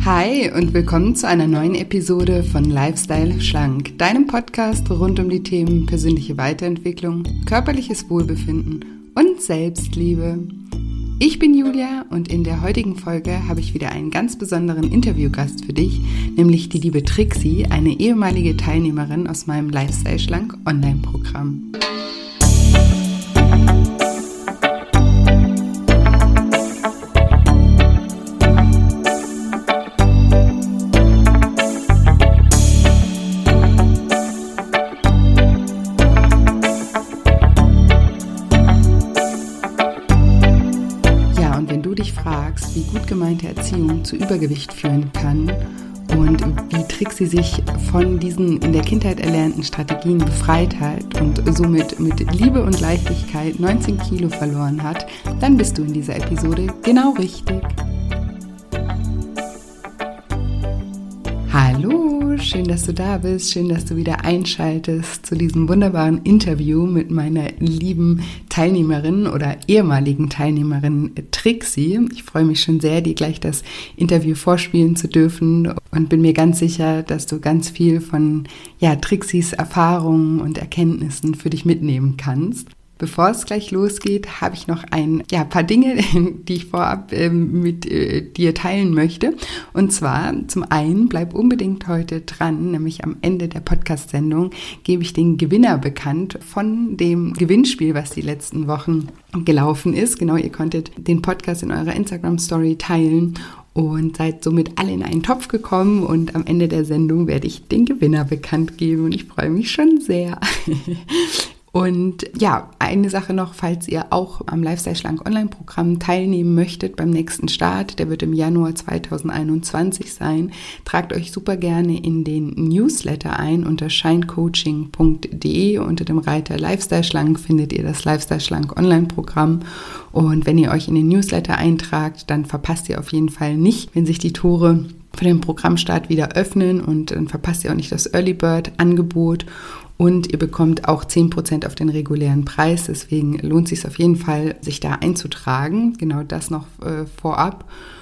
Hi und willkommen zu einer neuen Episode von Lifestyle Schlank, deinem Podcast rund um die Themen persönliche Weiterentwicklung, körperliches Wohlbefinden und Selbstliebe. Ich bin Julia und in der heutigen Folge habe ich wieder einen ganz besonderen Interviewgast für dich, nämlich die liebe Trixie, eine ehemalige Teilnehmerin aus meinem Lifestyle Schlank Online-Programm. Wie gut gemeinte Erziehung zu Übergewicht führen kann und wie Trixie sich von diesen in der Kindheit erlernten Strategien befreit hat und somit mit Liebe und Leichtigkeit 19 Kilo verloren hat, dann bist du in dieser Episode genau richtig. Hallo, schön, dass du da bist, schön, dass du wieder einschaltest zu diesem wunderbaren Interview mit meiner lieben Teilnehmerin oder ehemaligen Teilnehmerin Trixie. Ich freue mich schon sehr, dir gleich das Interview vorspielen zu dürfen und bin mir ganz sicher, dass du ganz viel von Trixies Erfahrungen und Erkenntnissen für dich mitnehmen kannst. Bevor es gleich losgeht, habe ich noch ein paar Dinge, die ich vorab mit dir teilen möchte. Und zwar zum einen, bleib unbedingt heute dran, nämlich am Ende der Podcast-Sendung gebe ich den Gewinner bekannt von dem Gewinnspiel, was die letzten Wochen gelaufen ist. Genau, ihr konntet den Podcast in eurer Instagram-Story teilen und seid somit alle in einen Topf gekommen und am Ende der Sendung werde ich den Gewinner bekannt geben und ich freue mich schon sehr. Und eine Sache noch, falls ihr auch am Lifestyle Schlank Online-Programm teilnehmen möchtet beim nächsten Start, der wird im Januar 2021 sein, tragt euch super gerne in den Newsletter ein unter shinecoaching.de. Unter dem Reiter Lifestyle Schlank findet ihr das Lifestyle Schlank Online-Programm. Und wenn ihr euch in den Newsletter eintragt, dann verpasst ihr auf jeden Fall nicht, wenn sich die Tore für den Programmstart wieder öffnen und dann verpasst ihr auch nicht das Early Bird Angebot. Und ihr bekommt auch 10% auf den regulären Preis, deswegen lohnt es sich auf jeden Fall, sich da einzutragen. Genau das noch vorab.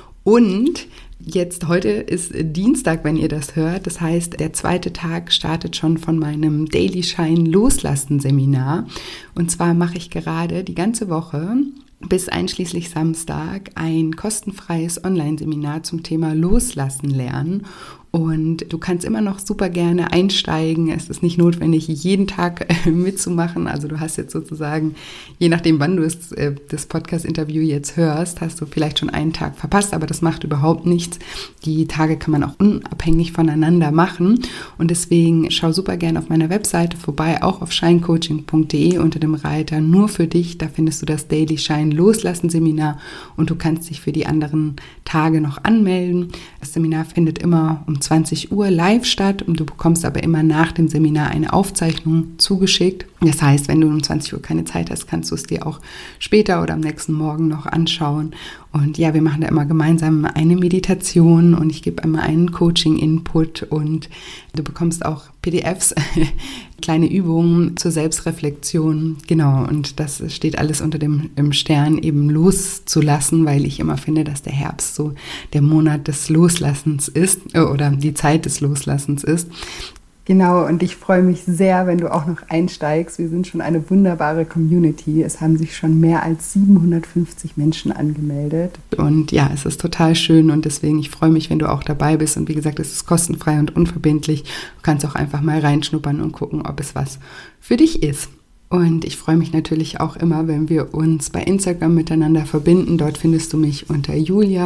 Und heute ist Dienstag, wenn ihr das hört. Das heißt, der zweite Tag startet schon von meinem Daily Shine Loslassen Seminar. Und zwar mache ich gerade die ganze Woche bis einschließlich Samstag ein kostenfreies Online-Seminar zum Thema Loslassen lernen. Und du kannst immer noch super gerne einsteigen. Es ist nicht notwendig, jeden Tag mitzumachen. Also du hast jetzt sozusagen, je nachdem, wann du das Podcast-Interview jetzt hörst, hast du vielleicht schon einen Tag verpasst, aber das macht überhaupt nichts. Die Tage kann man auch unabhängig voneinander machen. Und deswegen schau super gerne auf meiner Webseite vorbei, auch auf shinecoaching.de unter dem Reiter nur für dich. Da findest du das Daily Shine Loslassen Seminar und du kannst dich für die anderen Tage noch anmelden. Das Seminar findet immer um 20 Uhr live statt und du bekommst aber immer nach dem Seminar eine Aufzeichnung zugeschickt. Das heißt, wenn du um 20 Uhr keine Zeit hast, kannst du es dir auch später oder am nächsten Morgen noch anschauen. Und wir machen da immer gemeinsam eine Meditation und ich gebe immer einen Coaching-Input und du bekommst auch PDFs, kleine Übungen zur Selbstreflexion. Genau, und das steht alles unter dem Stern eben loszulassen, weil ich immer finde, dass der Herbst so der Monat des Loslassens ist oder die Zeit des Loslassens ist. Genau, und ich freue mich sehr, wenn du auch noch einsteigst. Wir sind schon eine wunderbare Community. Es haben sich schon mehr als 750 Menschen angemeldet. Und es ist total schön und deswegen, ich freue mich, wenn du auch dabei bist. Und wie gesagt, es ist kostenfrei und unverbindlich. Du kannst auch einfach mal reinschnuppern und gucken, ob es was für dich ist. Und ich freue mich natürlich auch immer, wenn wir uns bei Instagram miteinander verbinden. Dort findest du mich unter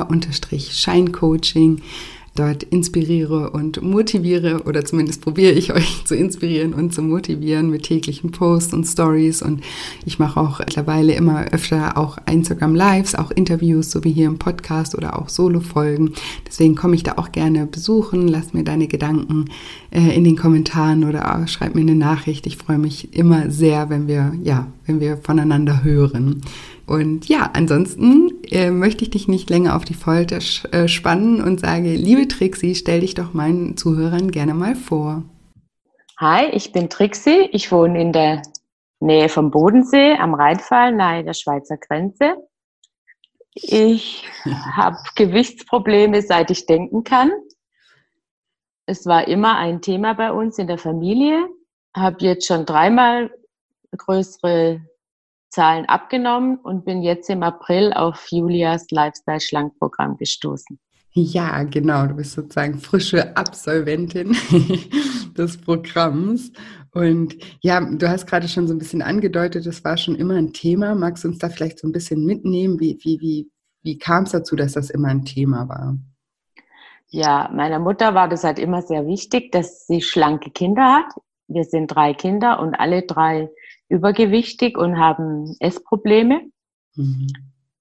Julia_Shinecoaching. Dort inspiriere und motiviere oder zumindest probiere ich euch zu inspirieren und zu motivieren mit täglichen Posts und Stories und ich mache auch mittlerweile immer öfter auch Instagram Lives, auch Interviews, so wie hier im Podcast oder auch Solo-Folgen. Deswegen komme ich da auch gerne besuchen, lass mir deine Gedanken in den Kommentaren oder schreib mir eine Nachricht. Ich freue mich immer sehr, wenn wir voneinander hören. Und ansonsten möchte ich dich nicht länger auf die Folter spannen und sage, liebe Trixie, stell dich doch meinen Zuhörern gerne mal vor. Hi, ich bin Trixie. Ich wohne in der Nähe vom Bodensee am Rheinfall, nahe der Schweizer Grenze. Ich habe Gewichtsprobleme, seit ich denken kann. Es war immer ein Thema bei uns in der Familie. Habe jetzt schon 3-mal größere Zahlen abgenommen und bin jetzt im April auf Julias Lifestyle-Schlank-Programm gestoßen. Ja, genau. Du bist sozusagen frische Absolventin des Programms. Und ja, du hast gerade schon so ein bisschen angedeutet, das war schon immer ein Thema. Magst du uns da vielleicht so ein bisschen mitnehmen? Wie kam es dazu, dass das immer ein Thema war? Ja, meiner Mutter war das halt immer sehr wichtig, dass sie schlanke Kinder hat. Wir sind 3 Kinder und alle 3 übergewichtig und haben Essprobleme. Mhm.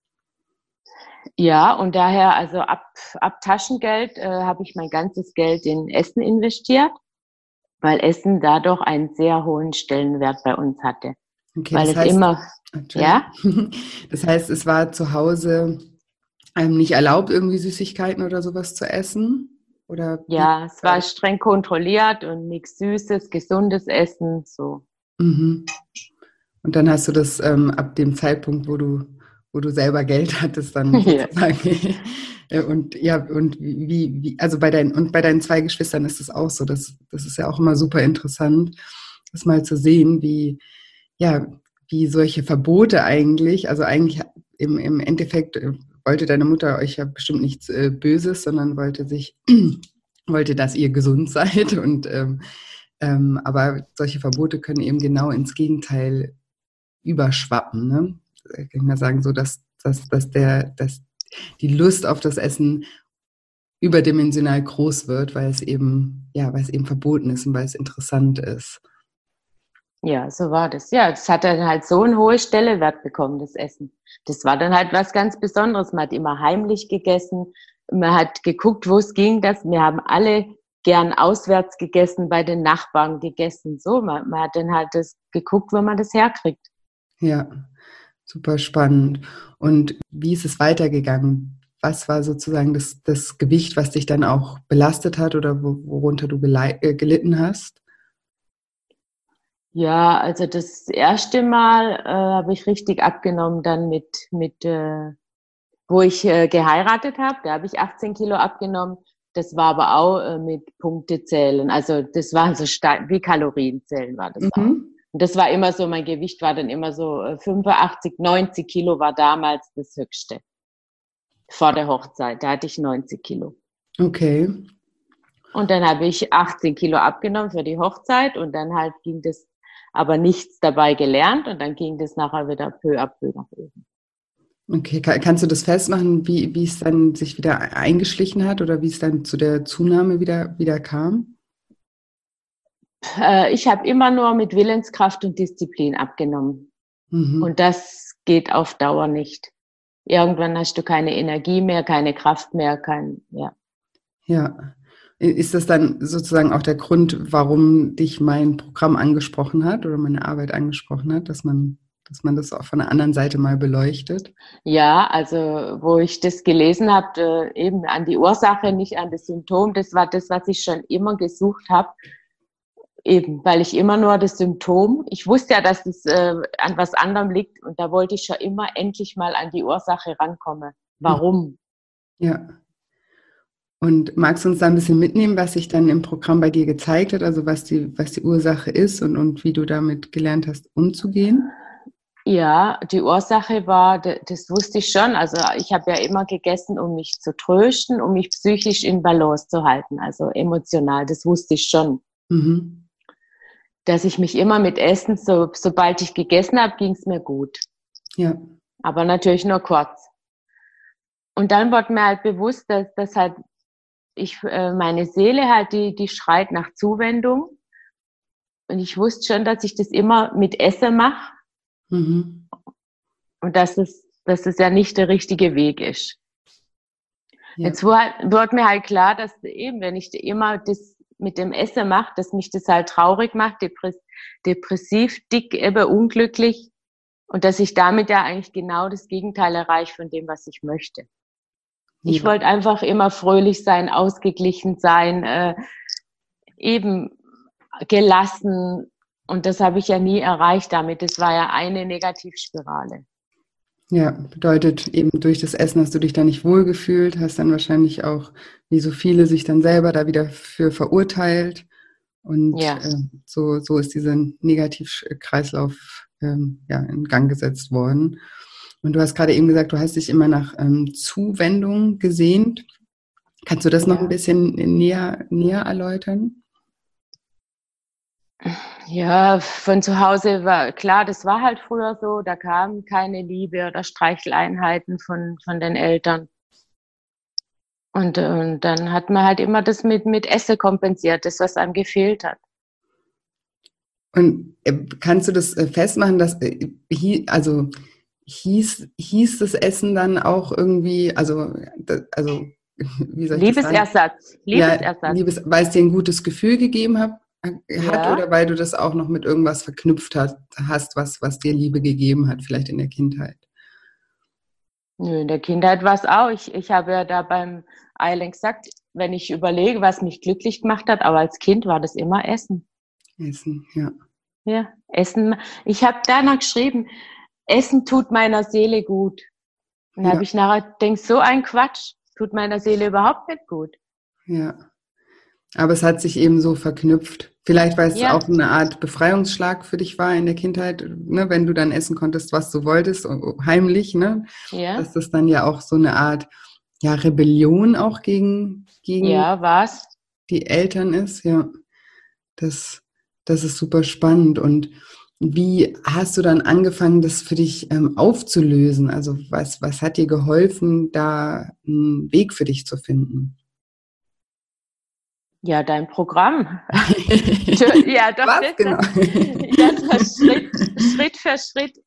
Ja, und daher, also ab Taschengeld habe ich mein ganzes Geld in Essen investiert, weil Essen dadurch einen sehr hohen Stellenwert bei uns hatte. Okay, Weil das es heißt, immer, ja, das heißt, es war zu Hause nicht erlaubt, irgendwie Süßigkeiten oder sowas zu essen? Oder wie? ja, es war streng kontrolliert und nichts Süßes, gesundes Essen, so. Mhm. Und dann hast du das ab dem Zeitpunkt, wo du selber Geld hattest, dann Ja. sozusagen. Und ja, und also bei deinen 2 Geschwistern ist es auch so. Das ist ja auch immer super interessant, das mal zu sehen, ja, wie solche Verbote eigentlich, also eigentlich im Endeffekt wollte deine Mutter euch ja bestimmt nichts Böses, sondern wollte, dass ihr gesund seid. Und aber solche Verbote können eben genau ins Gegenteil überschwappen. Ne? Ich kann mal sagen, so dass die Lust auf das Essen überdimensional groß wird, weil es eben verboten ist und weil es interessant ist. Ja, so war das. Ja, das hat dann halt so einen hohen Stellenwert bekommen, das Essen. Das war dann halt was ganz Besonderes. Man hat immer heimlich gegessen. Man hat geguckt, wo es ging. Wir haben alle gern auswärts gegessen, bei den Nachbarn gegessen. So, man hat dann halt das geguckt, wo man das herkriegt. Ja, super spannend. Und wie ist es weitergegangen? Was war sozusagen das Gewicht, was dich dann auch belastet hat oder worunter du gelitten hast? Ja, also das erste Mal habe ich richtig abgenommen dann wo ich geheiratet habe. Da habe ich 18 Kilo abgenommen. Das war aber auch mit Punktezählen. Also das war so wie Kalorienzählen war das auch. Mhm. Und das war immer so, mein Gewicht war dann immer so 85, 90 Kilo war damals das Höchste. Vor der Hochzeit, da hatte ich 90 Kilo. Okay. Und dann habe ich 18 Kilo abgenommen für die Hochzeit und dann halt ging das aber nichts dabei gelernt und dann ging das nachher wieder peu à peu nach oben. Okay, kannst du das festmachen, wie es dann sich wieder eingeschlichen hat oder wie es dann zu der Zunahme wieder kam? Ich habe immer nur mit Willenskraft und Disziplin abgenommen. Mhm. Und das geht auf Dauer nicht. Irgendwann hast du keine Energie mehr, keine Kraft mehr, ja. Ja. Ist das dann sozusagen auch der Grund, warum dich mein Programm angesprochen hat oder meine Arbeit angesprochen hat, dass man das auch von der anderen Seite mal beleuchtet? Ja, also wo ich das gelesen habe, eben an die Ursache, nicht an das Symptom, das war das, was ich schon immer gesucht habe. Eben, weil ich immer nur das Symptom, ich wusste ja, dass es an was anderem liegt und da wollte ich schon immer endlich mal an die Ursache rankommen. Warum? Ja. Und magst du uns da ein bisschen mitnehmen, was sich dann im Programm bei dir gezeigt hat, also was die Ursache ist und wie du damit gelernt hast, umzugehen? Ja, die Ursache war, das wusste ich schon. Also ich habe ja immer gegessen, um mich zu trösten, um mich psychisch in Balance zu halten, also emotional. Das wusste ich schon. Mhm. Dass ich mich immer mit Essen, sobald ich gegessen habe, ging es mir gut. Ja. Aber natürlich nur kurz. Und dann wurde mir halt bewusst, dass halt meine Seele halt, die schreit nach Zuwendung. Und ich wusste schon, dass ich das immer mit Essen mache Mhm. und dass es ja nicht der richtige Weg ist. Ja. Jetzt wurde mir halt klar, dass eben, wenn ich immer das mit dem Essen mache, dass mich das halt traurig macht, depressiv, dick, eben unglücklich und dass ich damit ja eigentlich genau das Gegenteil erreiche von dem, was ich möchte. Ich Ja. wollte einfach immer fröhlich sein, ausgeglichen sein, eben gelassen und das habe ich ja nie erreicht damit. Das war ja eine Negativspirale. Ja, bedeutet eben durch das Essen hast du dich da nicht wohlgefühlt, hast dann wahrscheinlich auch, wie so viele, sich dann selber da wieder für verurteilt. Und Ja. so ist dieser Negativkreislauf ja, in Gang gesetzt worden. Und du hast gerade eben gesagt, du hast dich immer nach Zuwendung gesehnt. Kannst du das noch ein Ja. bisschen näher erläutern? Ja, von zu Hause war klar, das war halt früher so, da kam keine Liebe oder Streicheleinheiten von den Eltern. Und dann hat man halt immer das mit Essen kompensiert, das, was einem gefehlt hat. Und kannst du das festmachen, dass also hieß das Essen dann auch irgendwie, also wie soll ich das sagen? Liebesersatz, Ja, Liebesersatz. weil es dir ein gutes Gefühl gegeben hat Ja, oder weil du das auch noch mit irgendwas verknüpft hast, was dir Liebe gegeben hat, vielleicht in der Kindheit? nö, in der Kindheit war es auch. Ich habe ja da beim Eilen gesagt, wenn ich überlege, was mich glücklich gemacht hat, aber als Kind war das immer Essen. Essen, ja. Ja, Essen. Ich habe danach geschrieben, Essen tut meiner Seele gut. Und da habe Ja, ich nachher gedacht, so ein Quatsch, tut meiner Seele überhaupt nicht gut. ja. Aber es hat sich eben so verknüpft. Vielleicht, weil es Ja, auch eine Art Befreiungsschlag für dich war in der Kindheit, ne, wenn du dann essen konntest, was du wolltest, heimlich, ne, ja, dass das dann ja auch so eine Art, ja, Rebellion auch gegen ja, was? die Eltern ist, ja. Das, das ist super spannend. Und wie hast du dann angefangen, das für dich aufzulösen? Also was hat dir geholfen, da einen Weg für dich zu finden? Ja, dein Programm. Ja, doch, Was genau? dass man Schritt für Schritt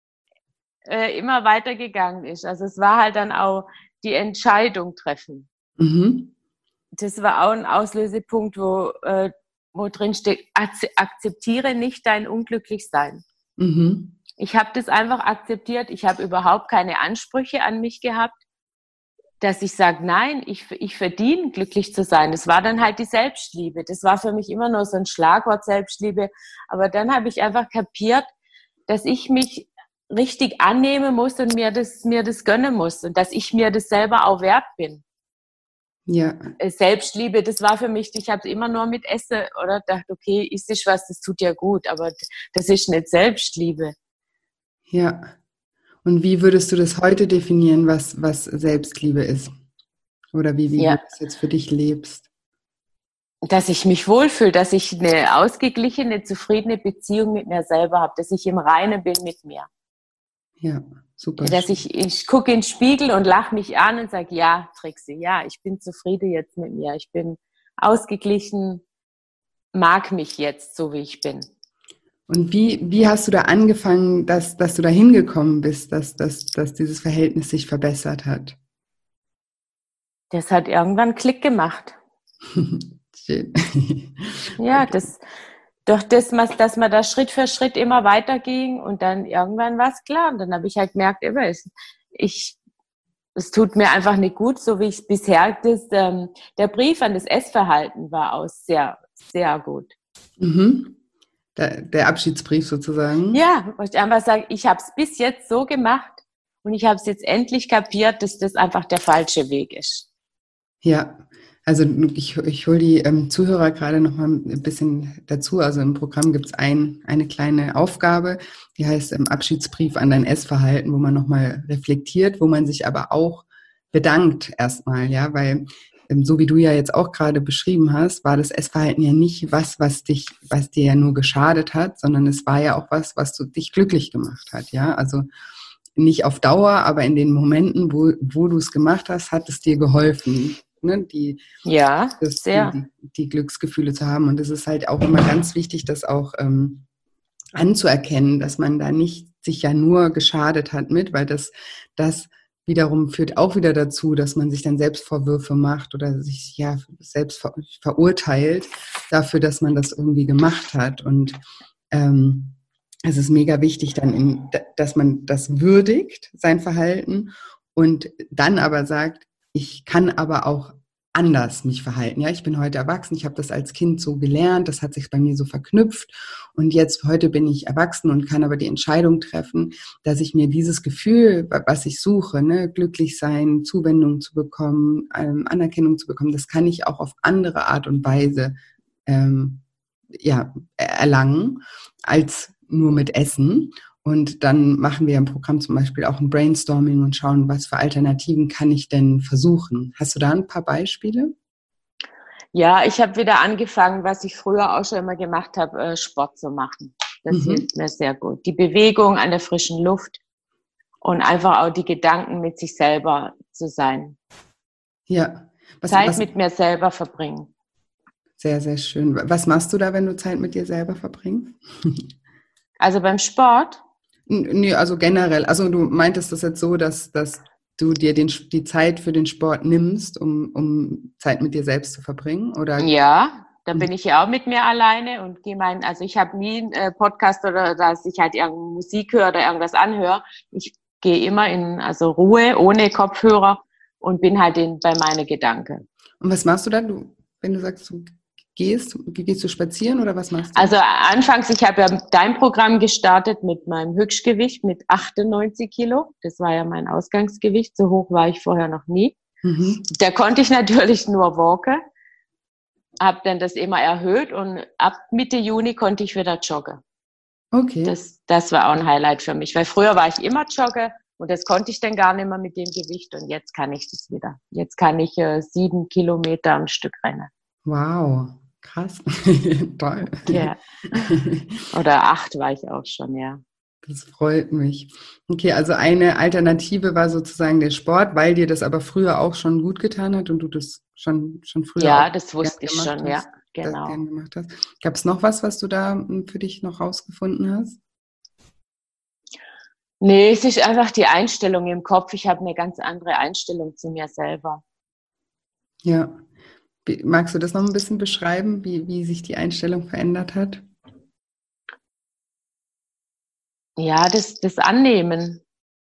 immer weitergegangen ist. Also es war halt dann auch die Entscheidung treffen. Mhm. Das war auch ein Auslösepunkt, wo drin steht, akzeptiere nicht dein Unglücklichsein. Mhm. Ich habe das einfach akzeptiert. Ich habe überhaupt keine Ansprüche an mich gehabt, dass ich sage, nein, ich verdiene glücklich zu sein. Das war dann halt die Selbstliebe. Das war für mich immer nur so ein Schlagwort Selbstliebe. Aber dann habe ich einfach kapiert, dass ich mich richtig annehmen muss und mir das gönnen muss und dass ich mir das selber auch wert bin. Ja, Selbstliebe, das war für mich, ich habe immer nur mit Essen oder dachte, okay, isst ich was, das tut ja gut, aber das ist nicht Selbstliebe. ja. Und wie würdest du das heute definieren, was Selbstliebe ist? Oder wie du Ja, das jetzt für dich lebst? dass ich mich wohlfühle, dass ich eine ausgeglichene, zufriedene Beziehung mit mir selber habe, dass ich im Reinen bin mit mir. Ja, super Dass schön. ich gucke in den Spiegel und lache mich an und sage, ja, Trixie, ja, ich bin zufrieden jetzt mit mir. Ich bin ausgeglichen, mag mich jetzt, so wie ich bin. Und wie hast du da angefangen, dass du da hingekommen bist, dass dieses Verhältnis sich verbessert hat? Das hat irgendwann Klick gemacht. Schön. Ja, Okay. durch das, dass man da Schritt für Schritt immer weiterging und dann irgendwann war es klar. Und dann habe ich halt gemerkt, ich, es tut mir einfach nicht gut, so wie ich bisher der Brief an das Essverhalten war auch sehr, sehr gut. Mhm. Der Abschiedsbrief sozusagen. Ja, wo ich einfach sage, ich habe es bis jetzt so gemacht und ich habe es jetzt endlich kapiert, dass das einfach der falsche Weg ist. Ja, also ich hole die Zuhörer gerade noch mal ein bisschen dazu. Also im Programm gibt es eine kleine Aufgabe, die heißt Abschiedsbrief an dein Essverhalten, wo man noch mal reflektiert, wo man sich aber auch bedankt erstmal, ja, weil so wie du ja jetzt auch gerade beschrieben hast, war das Essverhalten ja nicht was dir ja nur geschadet hat, sondern es war ja auch was dich glücklich gemacht hat, ja. Also nicht auf Dauer, aber in den Momenten, wo du es gemacht hast, hat es dir geholfen, ne, Ja, sehr. die Glücksgefühle zu haben. Und es ist halt auch immer ganz wichtig, das auch anzuerkennen, dass man da nicht sich ja nur geschadet hat mit, weil das wiederum führt auch wieder dazu, dass man sich dann Selbstvorwürfe macht oder sich ja selbst verurteilt dafür, dass man das irgendwie gemacht hat. Und es ist mega wichtig, dass man das würdigt, sein Verhalten, und dann aber sagt, ich kann aber auch anders mich verhalten. Ja, ich bin heute erwachsen, ich habe das als Kind so gelernt, das hat sich bei mir so verknüpft und jetzt heute bin ich erwachsen und kann aber die Entscheidung treffen, dass ich mir dieses Gefühl, was ich suche, ne, glücklich sein, Zuwendung zu bekommen, Anerkennung zu bekommen, das kann ich auch auf andere Art und Weise erlangen als nur mit Essen. Und dann machen wir im Programm zum Beispiel auch ein Brainstorming und schauen, was für Alternativen kann ich denn versuchen. Hast du da ein paar Beispiele? Ja, ich habe wieder angefangen, was ich früher auch schon immer gemacht habe, Sport zu machen. Das hilft mir sehr gut. Die Bewegung an der frischen Luft und einfach auch die Gedanken mit sich selber zu sein. Ja. Zeit mit mir selber verbringen. Sehr, sehr schön. Was machst du da, wenn du Zeit mit dir selber verbringst? Also beim Sport? Nee, also generell. Also du meintest das jetzt so, dass du dir die Zeit für den Sport nimmst, um Zeit mit dir selbst zu verbringen? Oder? Ja, da bin ich ja auch mit mir alleine und also ich habe nie einen Podcast oder dass ich halt irgendeine Musik höre oder irgendwas anhöre. Ich gehe immer in Ruhe, ohne Kopfhörer und bin halt bei meinen Gedanken. Und was machst du dann, wenn du sagst, du gehst du spazieren oder was machst du? Also anfangs, ich habe ja dein Programm gestartet mit meinem Höchstgewicht mit 98 Kilo. Das war ja mein Ausgangsgewicht. So hoch war ich vorher noch nie. Da konnte ich natürlich nur walken. Habe dann das immer erhöht und ab Mitte Juni konnte ich wieder joggen. Okay. Das war auch ein Highlight für mich, weil früher war ich immer joggen und das konnte ich dann gar nicht mehr mit dem Gewicht und jetzt kann ich das wieder. Jetzt kann ich 7 Kilometer am Stück rennen. Wow, krass. Toll. Ja. Oder 8 war ich auch schon, ja. Das freut mich. Okay, also eine Alternative war sozusagen der Sport, weil dir das aber früher auch schon gut getan hat und du das schon früher ja, auch das wusste ich schon, hast, ja, genau. Gemacht hast. Gab es noch was du da für dich noch rausgefunden hast? Nee, es ist einfach die Einstellung im Kopf. Ich habe eine ganz andere Einstellung zu mir selber. Ja. Magst du das noch ein bisschen beschreiben, wie sich die Einstellung verändert hat? Ja, das Annehmen,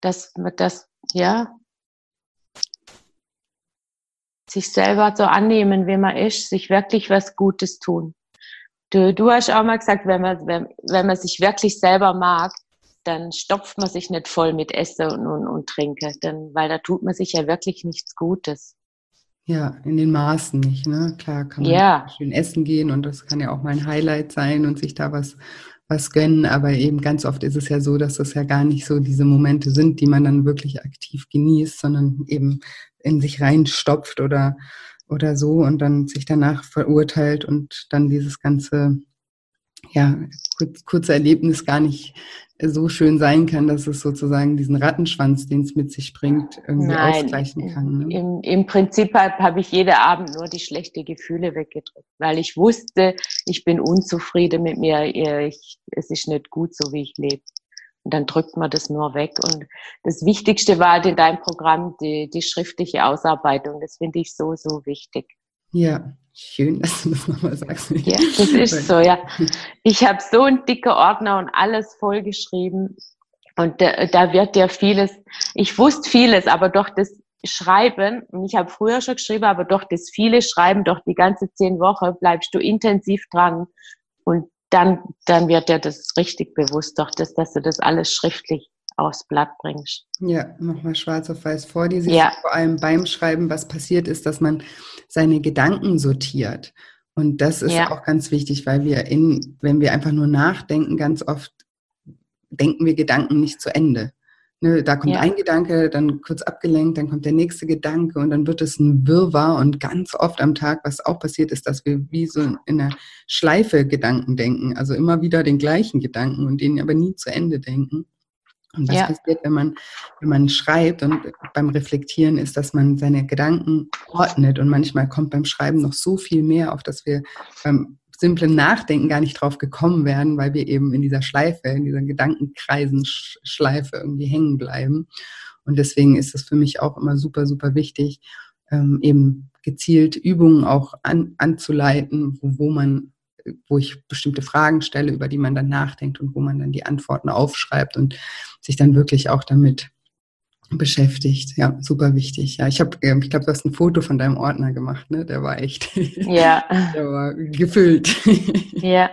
sich selber so annehmen, wie man ist, sich wirklich was Gutes tun. Du hast auch mal gesagt, wenn man sich wirklich selber mag, dann stopft man sich nicht voll mit Essen und Trinken, weil da tut man sich ja wirklich nichts Gutes. Ja, in den Maßen nicht, ne? Klar kann man schön essen gehen und das kann ja auch mal ein Highlight sein und sich da was gönnen, aber eben ganz oft ist es ja so, dass das ja gar nicht so diese Momente sind, die man dann wirklich aktiv genießt, sondern eben in sich reinstopft oder so und dann sich danach verurteilt und dann dieses ganze kurze Erlebnis gar nicht so schön sein kann, dass es sozusagen diesen Rattenschwanz, den es mit sich bringt, irgendwie ausgleichen kann. Ne? Im Prinzip habe ich jeden Abend nur die schlechten Gefühle weggedrückt, weil ich wusste, ich bin unzufrieden mit mir, es ist nicht gut, so wie ich lebe. Und dann drückt man das nur weg. Und das Wichtigste war halt in deinem Programm die schriftliche Ausarbeitung. Das finde ich so, so wichtig. Ja, schön, dass du das nochmal sagst. Ja, das ist so, ja. Ich habe so einen dicken Ordner und alles vollgeschrieben. Und da wird dir vieles, ich wusste vieles, aber doch das Schreiben, und ich habe früher schon geschrieben, aber doch das viele Schreiben, doch die ganze 10 Wochen bleibst du intensiv dran. Und dann wird dir das richtig bewusst, doch dass du das alles schriftlich aufs Blatt bringst. Ja, nochmal schwarz auf weiß vor dir. Ja. Vor allem beim Schreiben, was passiert ist, dass man seine Gedanken sortiert. Und das ist auch ganz wichtig, weil wenn wir einfach nur nachdenken, ganz oft denken wir Gedanken nicht zu Ende. Ne, da kommt ein Gedanke, dann kurz abgelenkt, dann kommt der nächste Gedanke und dann wird es ein Wirrwarr und ganz oft am Tag, was auch passiert ist, dass wir wie so in einer Schleife Gedanken denken, also immer wieder den gleichen Gedanken und den aber nie zu Ende denken. Und was passiert, wenn man schreibt und beim Reflektieren ist, dass man seine Gedanken ordnet und manchmal kommt beim Schreiben noch so viel mehr, auf das wir beim simplen Nachdenken gar nicht drauf gekommen wären, weil wir eben in dieser Schleife, in dieser Gedankenkreisen-Schleife irgendwie hängen bleiben. Und deswegen ist es für mich auch immer super, super wichtig, eben gezielt Übungen auch anzuleiten, wo ich bestimmte Fragen stelle, über die man dann nachdenkt und wo man dann die Antworten aufschreibt und sich dann wirklich auch damit beschäftigt. Ja, super wichtig. Ja, ich glaube, du hast ein Foto von deinem Ordner gemacht, ne? Der war echt, Ja, der war gefüllt. ja,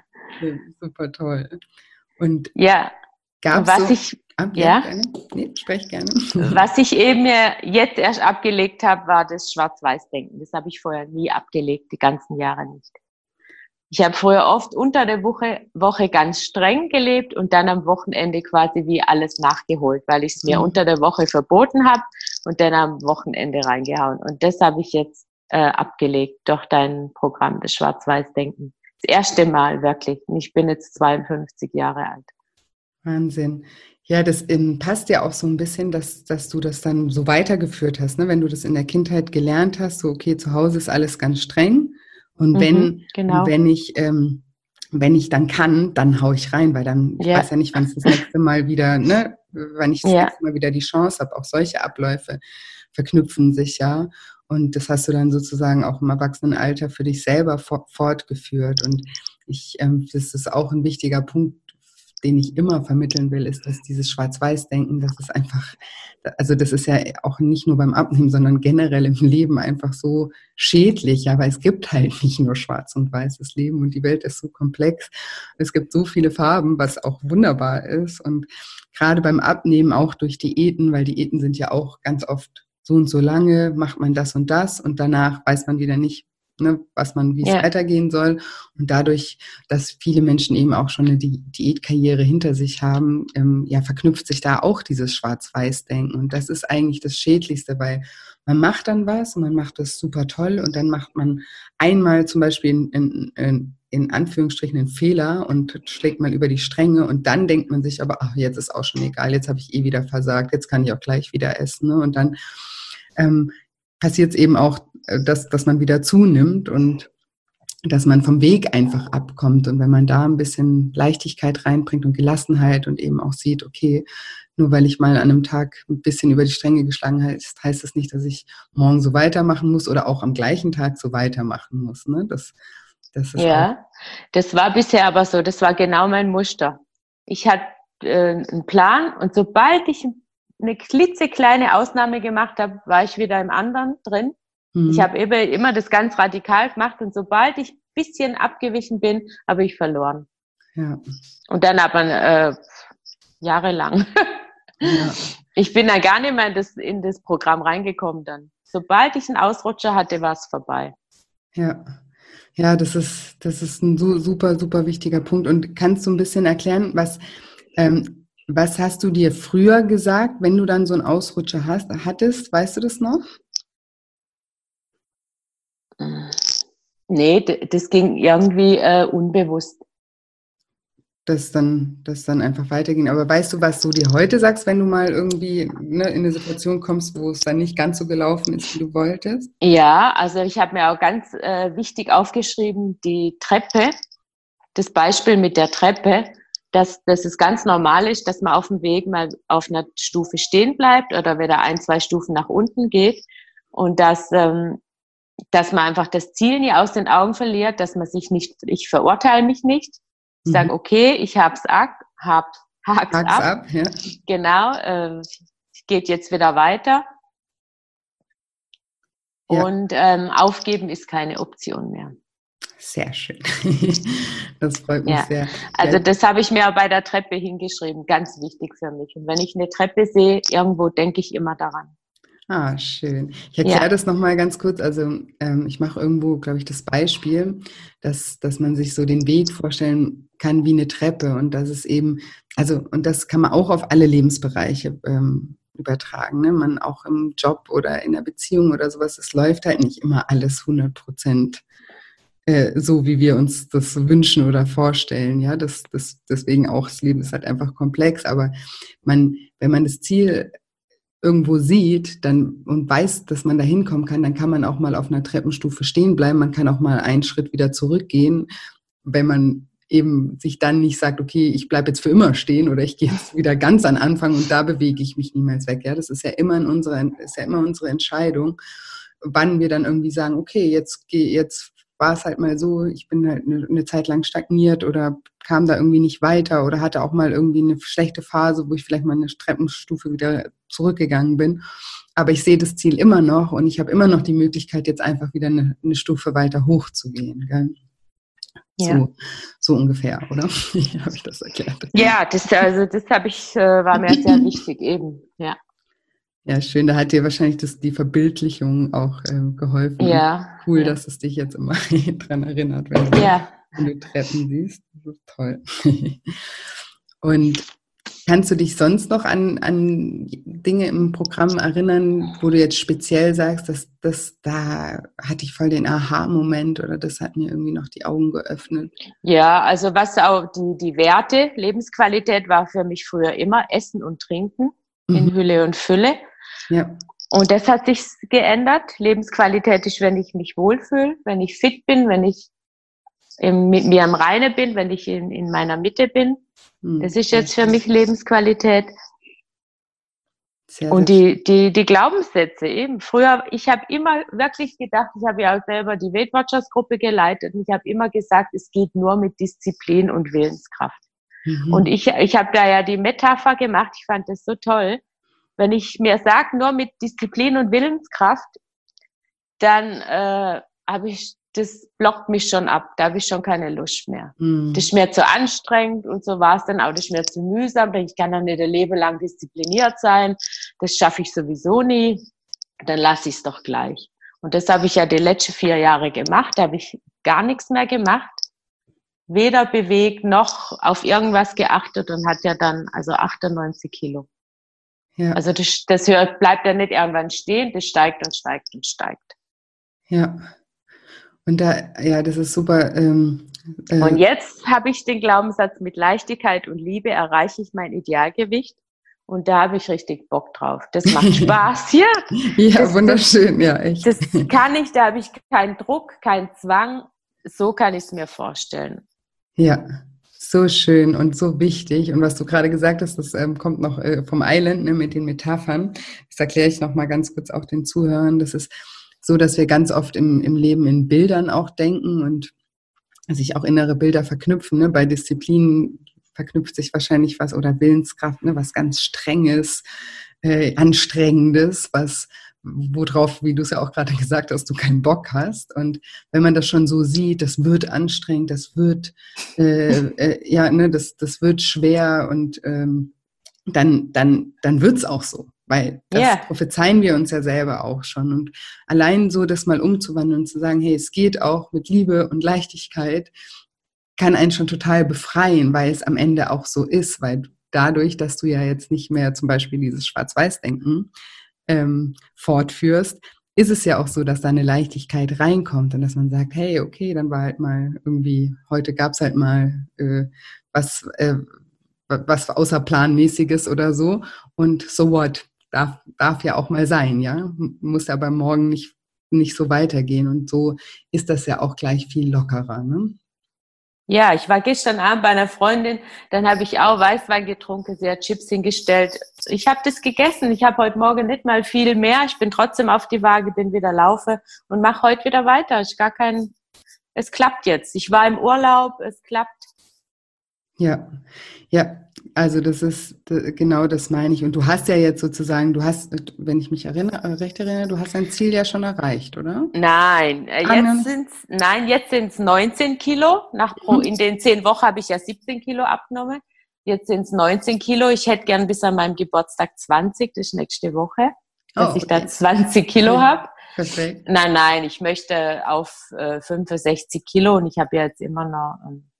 Super toll. Und ja. Und gab es was so, ich, ja, ja, gerne? Nee, sprech gerne. was ich eben jetzt erst abgelegt habe, war das Schwarz-Weiß-Denken. Das habe ich vorher nie abgelegt, die ganzen Jahre nicht. Ich habe früher oft unter der Woche ganz streng gelebt und dann am Wochenende quasi wie alles nachgeholt, weil ich es mir Mhm. unter der Woche verboten habe und dann am Wochenende reingehauen. Und das habe ich jetzt abgelegt durch dein Programm, das Schwarz-Weiß-Denken. Das erste Mal wirklich. Und ich bin jetzt 52 Jahre alt. Wahnsinn. Ja, das passt ja auch so ein bisschen, dass du das dann so weitergeführt hast, ne? Wenn du das in der Kindheit gelernt hast, so okay, zu Hause ist alles ganz streng und Mhm, und genau. wenn ich dann kann, dann hau ich rein, weil dann, ich weiß Ja, ja nicht, wann es das nächste Mal wieder, ne, wann ich das ja, nächste Mal wieder die Chance habe, auch solche Abläufe verknüpfen sich ja. Und das hast du dann sozusagen auch im Erwachsenenalter für dich selber fortgeführt. Und das ist auch ein wichtiger Punkt, den ich immer vermitteln will, ist, dass dieses Schwarz-Weiß-Denken, das ist einfach, also das ist ja auch nicht nur beim Abnehmen, sondern generell im Leben einfach so schädlich, ja, weil es gibt halt nicht nur schwarz und weißes Leben und die Welt ist so komplex. Es gibt so viele Farben, was auch wunderbar ist und gerade beim Abnehmen auch durch Diäten, weil Diäten sind ja auch ganz oft so und so lange, macht man das und danach weiß man wieder nicht, ne, wie es ja, weitergehen soll. Und dadurch, dass viele Menschen eben auch schon eine Diätkarriere hinter sich haben, ja, verknüpft sich da auch dieses Schwarz-Weiß-Denken. Und das ist eigentlich das Schädlichste, weil man macht dann was und man macht das super toll und dann macht man einmal zum Beispiel in Anführungsstrichen einen Fehler und schlägt mal über die Stränge und dann denkt man sich aber, ach, jetzt ist auch schon egal, jetzt habe ich eh wieder versagt, jetzt kann ich auch gleich wieder essen. Ne? Und dann ähm, passiert es eben auch, dass man wieder zunimmt und dass man vom Weg einfach abkommt. Und wenn man da ein bisschen Leichtigkeit reinbringt und Gelassenheit und eben auch sieht, okay, nur weil ich mal an einem Tag ein bisschen über die Stränge geschlagen habe, heißt das nicht, dass ich morgen so weitermachen muss oder auch am gleichen Tag so weitermachen muss. Ne? Das ist auch, ja. Das war bisher aber so. Das war genau mein Muster. Ich hatte einen Plan und sobald ich eine klitzekleine Ausnahme gemacht habe, war ich wieder im anderen drin. Ich habe eben immer das ganz radikal gemacht und sobald ich ein bisschen abgewichen bin, habe ich verloren. ja, Und dann aber jahrelang. ja, Ich bin da gar nicht mehr in das Programm reingekommen dann. Sobald ich einen Ausrutscher hatte, war es vorbei. ja. Ja, das ist ein super, super wichtiger Punkt. Und kannst du ein bisschen erklären, was hast du dir früher gesagt, wenn du dann so einen Ausrutscher hattest? Weißt du das noch? Nee, das ging irgendwie unbewusst. Das dann einfach weitergehen. Aber weißt du, was du dir heute sagst, wenn du mal irgendwie, ne, in eine Situation kommst, wo es dann nicht ganz so gelaufen ist, wie du wolltest? Ja, also ich habe mir auch ganz wichtig aufgeschrieben, die Treppe, das Beispiel mit der Treppe, dass es ganz normal ist, dass man auf dem Weg mal auf einer Stufe stehen bleibt oder wieder 1, 2 Stufen nach unten geht und dass man einfach das Ziel nie aus den Augen verliert, dass man sich nicht, ich verurteile mich nicht, ich Mhm. sage, okay, ich hak's Hack's ab, ab, ja. genau, geht jetzt wieder weiter Ja, und aufgeben ist keine Option mehr. sehr schön. Das freut mich Ja, sehr. Ja, also das habe ich mir auch bei der Treppe hingeschrieben, ganz wichtig für mich. Und wenn ich eine Treppe sehe, irgendwo denke ich immer daran. ah, schön. Ich erkläre Ja, das nochmal ganz kurz. Also ich mache irgendwo, glaube ich, das Beispiel, dass man sich so den Weg vorstellen kann wie eine Treppe und dass es eben, also und das kann man auch auf alle Lebensbereiche übertragen. Ne? Man auch im Job oder in der Beziehung oder sowas, es läuft halt nicht immer alles 100% so, wie wir uns das wünschen oder vorstellen. Ja, deswegen auch, das Leben ist halt einfach komplex, aber wenn man das Ziel irgendwo sieht dann und weiß, dass man da hinkommen kann, dann kann man auch mal auf einer Treppenstufe stehen bleiben. Man kann auch mal einen Schritt wieder zurückgehen, wenn man eben sich dann nicht sagt, okay, ich bleibe jetzt für immer stehen oder ich gehe jetzt wieder ganz an Anfang und da bewege ich mich niemals weg. Ja, das ist ja immer unsere Entscheidung, wann wir dann irgendwie sagen, okay, jetzt war es halt mal so, ich bin halt eine Zeit lang stagniert oder kam da irgendwie nicht weiter oder hatte auch mal irgendwie eine schlechte Phase, wo ich vielleicht mal eine Treppenstufe wieder zurückgegangen bin. Aber ich sehe das Ziel immer noch und ich habe immer noch die Möglichkeit, jetzt einfach wieder eine Stufe weiter hochzugehen. Gell? Ja. So ungefähr, oder? Habe ich das erklärt? Ja, das war mir sehr wichtig eben, ja. Ja, schön. Da hat dir wahrscheinlich die Verbildlichung auch geholfen. Ja. Und cool, ja. dass es dich jetzt immer dran erinnert, wenn du Treppen siehst. Das ist toll. Und kannst du dich sonst noch an Dinge im Programm erinnern, wo du jetzt speziell sagst, dass da hatte ich voll den Aha-Moment oder das hat mir irgendwie noch die Augen geöffnet? Ja, also was auch die Werte, Lebensqualität war für mich früher immer Essen und Trinken in Hülle und Fülle. Ja. Und das hat sich geändert. Lebensqualität ist, wenn ich mich wohlfühle, wenn ich fit bin, wenn ich mit mir im Reine bin, wenn ich in meiner Mitte bin. Das ist jetzt für mich Lebensqualität. Sehr, und die Glaubenssätze eben. Früher, ich habe immer wirklich gedacht, ich habe ja auch selber die Weight Watchers Gruppe geleitet und ich habe immer gesagt, es geht nur mit Disziplin und Willenskraft. Und ich habe da ja die Metapher gemacht, ich fand das so toll. Wenn ich mir sage, nur mit Disziplin und Willenskraft, dann das blockt mich schon ab. Da habe ich schon keine Lust mehr. Das ist mir zu anstrengend und so war es dann auch. Das ist mir zu mühsam. Ich kann dann nicht ein Leben lang diszipliniert sein. Das schaffe ich sowieso nie. Dann lasse ich es doch gleich. Und das habe ich ja die letzten 4 Jahre gemacht. Da habe ich gar nichts mehr gemacht. Weder bewegt noch auf irgendwas geachtet und hat ja dann 98 Kilo. Ja. Also das bleibt ja nicht irgendwann stehen. Das steigt und steigt und steigt. Ja. Und das ist super. Und jetzt habe ich den Glaubenssatz, mit Leichtigkeit und Liebe erreiche ich mein Idealgewicht. Und da habe ich richtig Bock drauf. Das macht Spaß hier. Ja, wunderschön, ja, echt. Das kann ich, da habe ich keinen Druck, keinen Zwang. So kann ich es mir vorstellen. Ja, so schön und so wichtig. Und was du gerade gesagt hast, das kommt noch vom Island, ne, mit den Metaphern. Das erkläre ich noch mal ganz kurz auch den Zuhörern. Das ist so, dass wir ganz oft im Leben in Bildern auch denken und sich auch innere Bilder verknüpfen. Ne? Bei Disziplin verknüpft sich wahrscheinlich was oder Willenskraft, ne? Was ganz Strenges, Anstrengendes, worauf, wie du es ja auch gerade gesagt hast, du keinen Bock hast. Und wenn man das schon so sieht, das wird anstrengend, das wird das wird schwer und dann wird's auch so. Weil das prophezeien wir uns ja selber auch schon. Und allein so das mal umzuwandeln und zu sagen, hey, es geht auch mit Liebe und Leichtigkeit, kann einen schon total befreien, weil es am Ende auch so ist. Weil dadurch, dass du ja jetzt nicht mehr zum Beispiel dieses Schwarz-Weiß-Denken fortführst, ist es ja auch so, dass da eine Leichtigkeit reinkommt und dass man sagt, hey, okay, dann war halt mal irgendwie, heute gab's halt mal was außerplanmäßiges oder so und so what? Darf ja auch mal sein, ja. Muss aber morgen nicht so weitergehen. Und so ist das ja auch gleich viel lockerer, ne? Ja, ich war gestern Abend bei einer Freundin, dann habe ich auch Weißwein getrunken, sie hat Chips hingestellt. Ich habe das gegessen, ich habe heute Morgen nicht mal viel mehr. Ich bin trotzdem auf die Waage, bin wieder laufe und mache heute wieder weiter. Es klappt jetzt. Ich war im Urlaub, es klappt. Ja, also das ist genau das meine ich. Und du hast ja jetzt sozusagen, wenn ich mich recht erinnere, du hast dein Ziel ja schon erreicht, oder? Nein, jetzt sind's 19 Kilo. In den 10 Wochen habe ich ja 17 Kilo abgenommen. Jetzt sind es 19 Kilo. Ich hätte gern bis an meinem Geburtstag 20, das ist nächste Woche, dass ich da 20 Kilo habe. Perfekt. Nein, ich möchte auf 65 Kilo und ich habe jetzt immer noch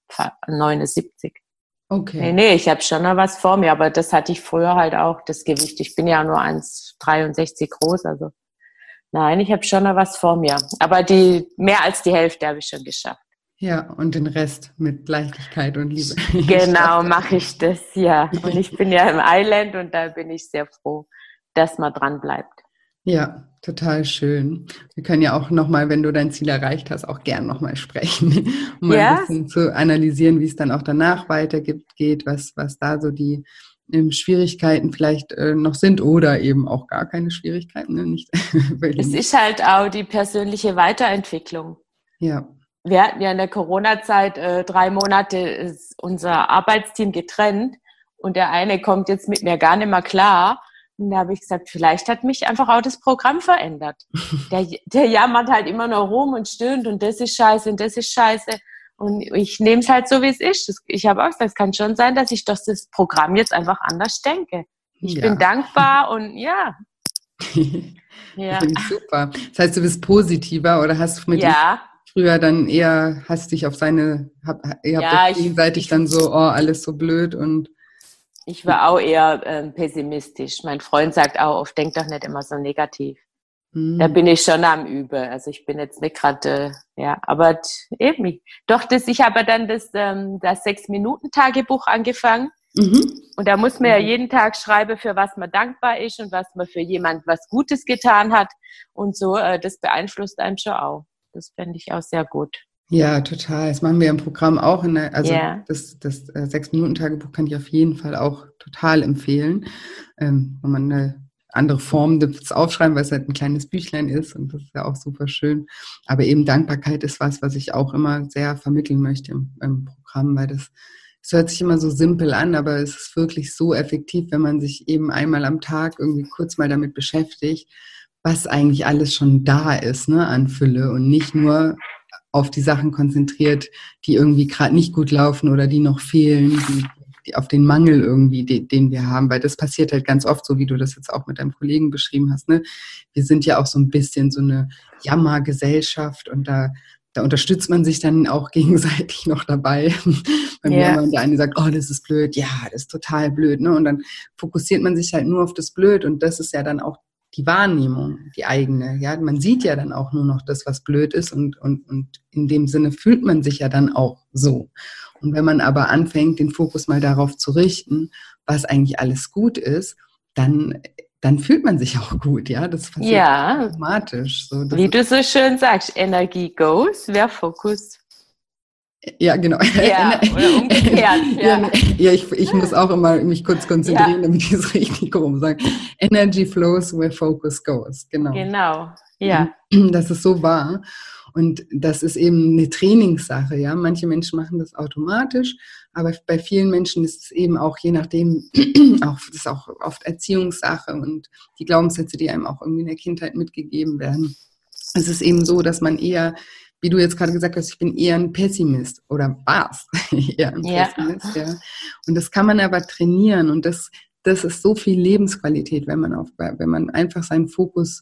79. Okay. Nee, ich habe schon noch was vor mir, aber das hatte ich früher halt auch, das Gewicht. Ich bin ja nur 1,63 groß, also nein, ich habe schon noch was vor mir. Aber mehr als die Hälfte habe ich schon geschafft. Ja, und den Rest mit Leichtigkeit und Liebe. Genau, mache ich das, ja. Und ich bin ja im Island und da bin ich sehr froh, dass man dran bleibt. Ja, total schön. Wir können ja auch nochmal, wenn du dein Ziel erreicht hast, auch gern nochmal sprechen, um mal ein bisschen zu analysieren, wie es dann auch danach weitergeht, was da so die Schwierigkeiten vielleicht noch sind oder eben auch gar keine Schwierigkeiten. Ne? Es ist halt auch die persönliche Weiterentwicklung. Ja. wir hatten ja in der Corona-Zeit 3 Monate ist unser Arbeitsteam getrennt und der eine kommt jetzt mit mir gar nicht mehr klar. Und da habe ich gesagt, vielleicht hat mich einfach auch das Programm verändert. Der jammert halt immer noch rum und stöhnt und das ist scheiße und das ist scheiße. Und ich nehme es halt so, wie es ist. Ich habe auch gesagt, es kann schon sein, dass ich das Programm jetzt einfach anders denke. Ich bin dankbar und ja. Ja. Finde ich super. Das heißt, du bist positiver oder hast mit ihm früher dann eher, hast dich auf seine, ihr habt euch gegenseitig dann so, oh, alles so blöd und... Ich war auch eher pessimistisch. Mein Freund sagt auch oft, denk doch nicht immer so negativ. Da bin ich schon am Üben. Also ich bin jetzt nicht gerade, aber eben. Doch, ich habe dann das 6-Minuten-Tagebuch angefangen. Und da muss man ja jeden Tag schreiben, für was man dankbar ist und was man für jemand was Gutes getan hat. Und so, das beeinflusst einen schon auch. Das fände ich auch sehr gut. Ja, total. Das machen wir im Programm auch. Das 6-Minuten-Tagebuch kann ich auf jeden Fall auch total empfehlen. Wenn man eine andere Form des Aufschreiben, weil es halt ein kleines Büchlein ist und das ist ja auch super schön. Aber eben Dankbarkeit ist was ich auch immer sehr vermitteln möchte im Programm, weil es hört sich immer so simpel an, aber es ist wirklich so effektiv, wenn man sich eben einmal am Tag irgendwie kurz mal damit beschäftigt, was eigentlich alles schon da ist, ne, an Fülle und nicht nur auf die Sachen konzentriert, die irgendwie gerade nicht gut laufen oder die noch fehlen, die auf den Mangel irgendwie, den wir haben, weil das passiert halt ganz oft, so wie du das jetzt auch mit deinem Kollegen beschrieben hast, ne? Wir sind ja auch so ein bisschen so eine Jammergesellschaft und da unterstützt man sich dann auch gegenseitig noch dabei. Beim Jammern, der eine sagt, oh, das ist blöd, ja, das ist total blöd, ne? Und dann fokussiert man sich halt nur auf das Blöd und das ist ja dann auch die Wahrnehmung, die eigene, ja, man sieht ja dann auch nur noch das, was blöd ist und in dem Sinne fühlt man sich ja dann auch so. Und wenn man aber anfängt, den Fokus mal darauf zu richten, was eigentlich alles gut ist, dann fühlt man sich auch gut, ja, das passiert automatisch. So, wie du so schön sagst, Energie goes, wer Fokus. Ja, genau. Ja, oder umgekehrt. Ich muss auch immer mich kurz konzentrieren, damit ich es richtig rum sage. Energy flows where focus goes. Genau, ja. Das ist so wahr. Und das ist eben eine Trainingssache, ja. Manche Menschen machen das automatisch, aber bei vielen Menschen ist es eben auch, je nachdem, das ist auch oft Erziehungssache und die Glaubenssätze, die einem auch irgendwie in der Kindheit mitgegeben werden. Es ist eben so, dass man eher, wie du jetzt gerade gesagt hast, ich bin eher ein Pessimist oder warst eher ein Pessimist, ja. Und das kann man aber trainieren und das ist so viel Lebensqualität, wenn man einfach seinen Fokus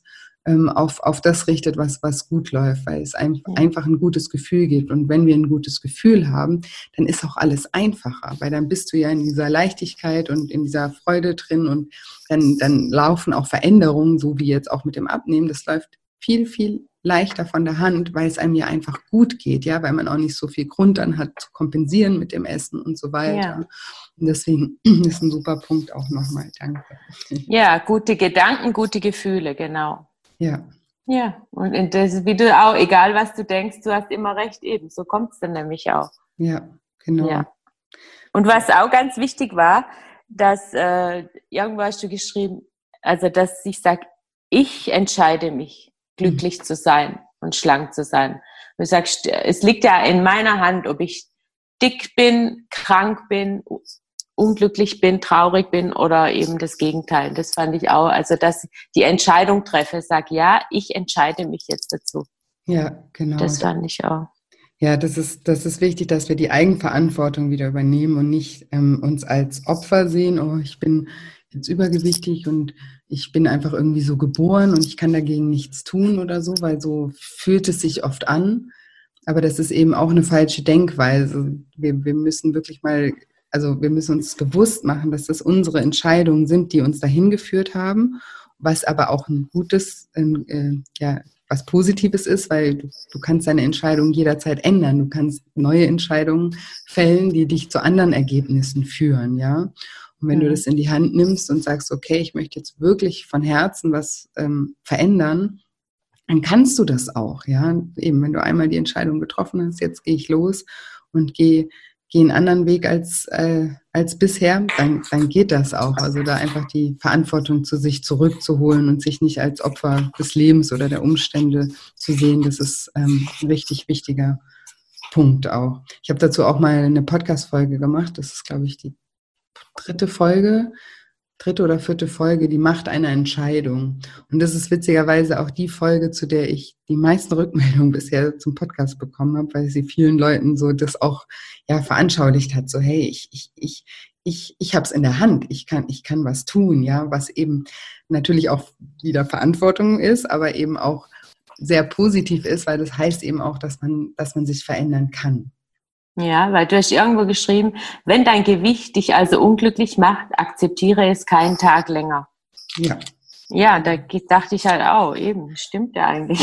auf das richtet, was gut läuft, weil es einfach ein gutes Gefühl gibt. Und wenn wir ein gutes Gefühl haben, dann ist auch alles einfacher, weil dann bist du ja in dieser Leichtigkeit und in dieser Freude drin und dann laufen auch Veränderungen, so wie jetzt auch mit dem Abnehmen, das läuft viel, viel leichter von der Hand, weil es einem ja einfach gut geht, ja, weil man auch nicht so viel Grund dann hat zu kompensieren mit dem Essen und so weiter. Ja. Und deswegen ist ein super Punkt auch nochmal. Danke. Ja, gute Gedanken, gute Gefühle, genau. Ja. Ja, und das, wie du auch, egal was du denkst, du hast immer recht eben. So kommt es dann nämlich auch. Ja, genau. Ja. Und was auch ganz wichtig war, dass irgendwo hast du geschrieben, also dass ich sage, ich entscheide mich, glücklich zu sein und schlank zu sein. Du sagst, es liegt ja in meiner Hand, ob ich dick bin, krank bin, unglücklich bin, traurig bin oder eben das Gegenteil. Das fand ich auch, also dass ich die Entscheidung treffe, sage, ja, ich entscheide mich jetzt dazu. Ja, genau. Das fand ich auch. Ja, das ist wichtig, dass wir die Eigenverantwortung wieder übernehmen und nicht uns als Opfer sehen, oh, ich bin jetzt übergewichtig und ich bin einfach irgendwie so geboren und ich kann dagegen nichts tun oder so, weil so fühlt es sich oft an. Aber das ist eben auch eine falsche Denkweise. Wir müssen wirklich mal, also wir müssen uns bewusst machen, dass das unsere Entscheidungen sind, die uns dahin geführt haben, was aber auch ein gutes, was Positives ist, weil du kannst deine Entscheidung jederzeit ändern. Du kannst neue Entscheidungen fällen, die dich zu anderen Ergebnissen führen, ja. Und wenn du das in die Hand nimmst und sagst, okay, ich möchte jetzt wirklich von Herzen was verändern, dann kannst du das auch, ja. Eben, wenn du einmal die Entscheidung getroffen hast, jetzt gehe ich los und gehe einen anderen Weg als bisher, dann geht das auch. Also da einfach die Verantwortung zu sich zurückzuholen und sich nicht als Opfer des Lebens oder der Umstände zu sehen, das ist ein richtig wichtiger Punkt auch. Ich habe dazu auch mal eine Podcast-Folge gemacht. Das ist, glaube ich, die dritte oder vierte Folge, die Macht einer Entscheidung. Und das ist witzigerweise auch die Folge, zu der ich die meisten Rückmeldungen bisher zum Podcast bekommen habe, weil sie vielen Leuten so das auch veranschaulicht hat. So, hey, ich habe es in der Hand, ich kann was tun, ja, was eben natürlich auch wieder Verantwortung ist, aber eben auch sehr positiv ist, weil das heißt eben auch, dass man sich verändern kann. Ja, weil du hast irgendwo geschrieben, wenn dein Gewicht dich also unglücklich macht, akzeptiere es keinen Tag länger. Ja. Ja, da dachte ich halt auch, eben, stimmt ja eigentlich.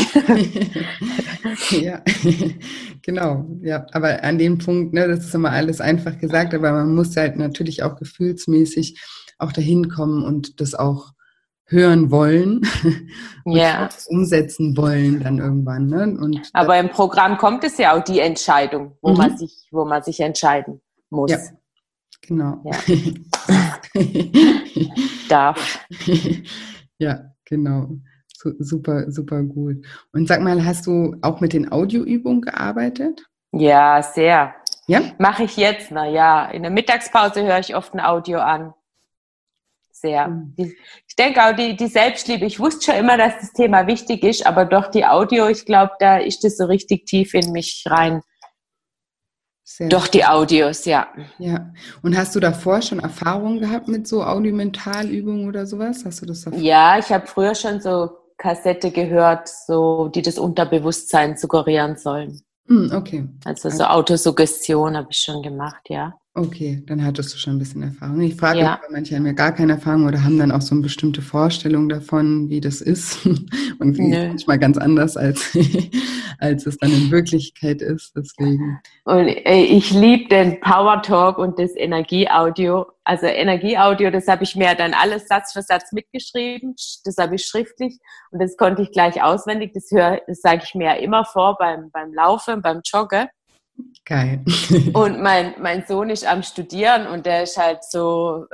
Ja, genau. Ja, aber an dem Punkt, ne, das ist immer alles einfach gesagt, aber man muss halt natürlich auch gefühlsmäßig auch dahin kommen und das auch hören wollen und Ja. umsetzen wollen dann irgendwann. Ne? Und aber im Programm kommt es ja auch die Entscheidung, wo man sich entscheiden muss. Ja, genau. Ja. Darf. Ja, genau. Super, super gut. Und sag mal, hast du auch mit den Audioübungen gearbeitet? Ja, sehr. Ja? Mache ich jetzt, in der Mittagspause höre ich oft ein Audio an. Sehr. Ich denke auch die Selbstliebe. Ich wusste schon immer, dass das Thema wichtig ist, aber durch die Audio, ich glaube, da ist das so richtig tief in mich rein. Durch die Audios, ja. Ja. Und hast du davor schon Erfahrungen gehabt mit so Audiomentalübungen oder sowas? Hast du das davor? Ja, ich habe früher schon so Kassette gehört, so die das Unterbewusstsein suggerieren sollen. Okay. Also so Autosuggestion habe ich schon gemacht, ja. Okay, dann hattest du schon ein bisschen Erfahrung. Ich frage mich, weil manche haben ja gar keine Erfahrung oder haben dann auch so eine bestimmte Vorstellung davon, wie das ist. Und wie es manchmal ganz anders, als es dann in Wirklichkeit ist. Deswegen. Und ich liebe den Power Talk und das Energieaudio. Also Energieaudio, das habe ich mir dann alles Satz für Satz mitgeschrieben. Das habe ich schriftlich und das konnte ich gleich auswendig. Das sage ich mir ja immer vor beim Laufen, beim Joggen. Geil. Und mein Sohn ist am Studieren und der ist halt so,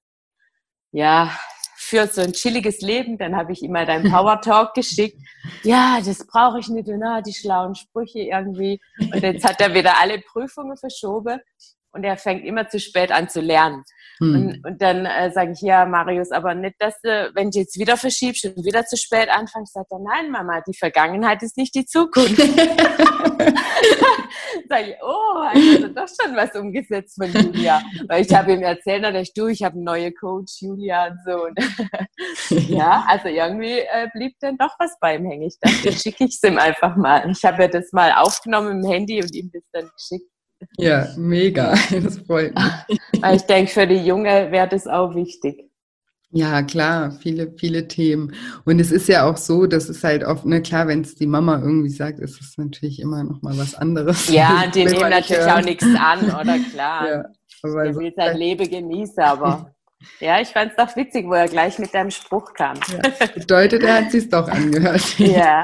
führt so ein chilliges Leben. Dann habe ich ihm mal deinen Power Talk geschickt. Ja, das brauche ich nicht. Und die schlauen Sprüche irgendwie. Und jetzt hat er wieder alle Prüfungen verschoben. Und er fängt immer zu spät an zu lernen. Und dann sage ich, ja, Marius, aber nicht, dass du, wenn du jetzt wieder verschiebst und wieder zu spät anfängst, sagt er, nein, Mama, die Vergangenheit ist nicht die Zukunft. Sag ich, hast du doch schon was umgesetzt von Julia. Weil ich habe ihm erzählt, ich habe einen neuen Coach, Julia und so. Und ja, also irgendwie blieb dann doch was bei ihm hängen. Ich dachte, dann schicke ich es ihm einfach mal. Ich habe ja das mal aufgenommen im Handy und ihm das dann geschickt. Ja, mega. Das freut mich. Weil ich denke, für die Junge wäre das auch wichtig. Ja, klar, viele, viele Themen. Und es ist ja auch so, dass es halt oft, ne, klar, wenn es die Mama irgendwie sagt, ist es natürlich immer noch mal was anderes. Ja, die nehmen natürlich auch nichts an, oder klar. Ja, aber der will sein Leben genießen, aber ja, ich fand es doch witzig, wo er gleich mit deinem Spruch kam. Ja, bedeutet, er hat es sich doch angehört. Ja.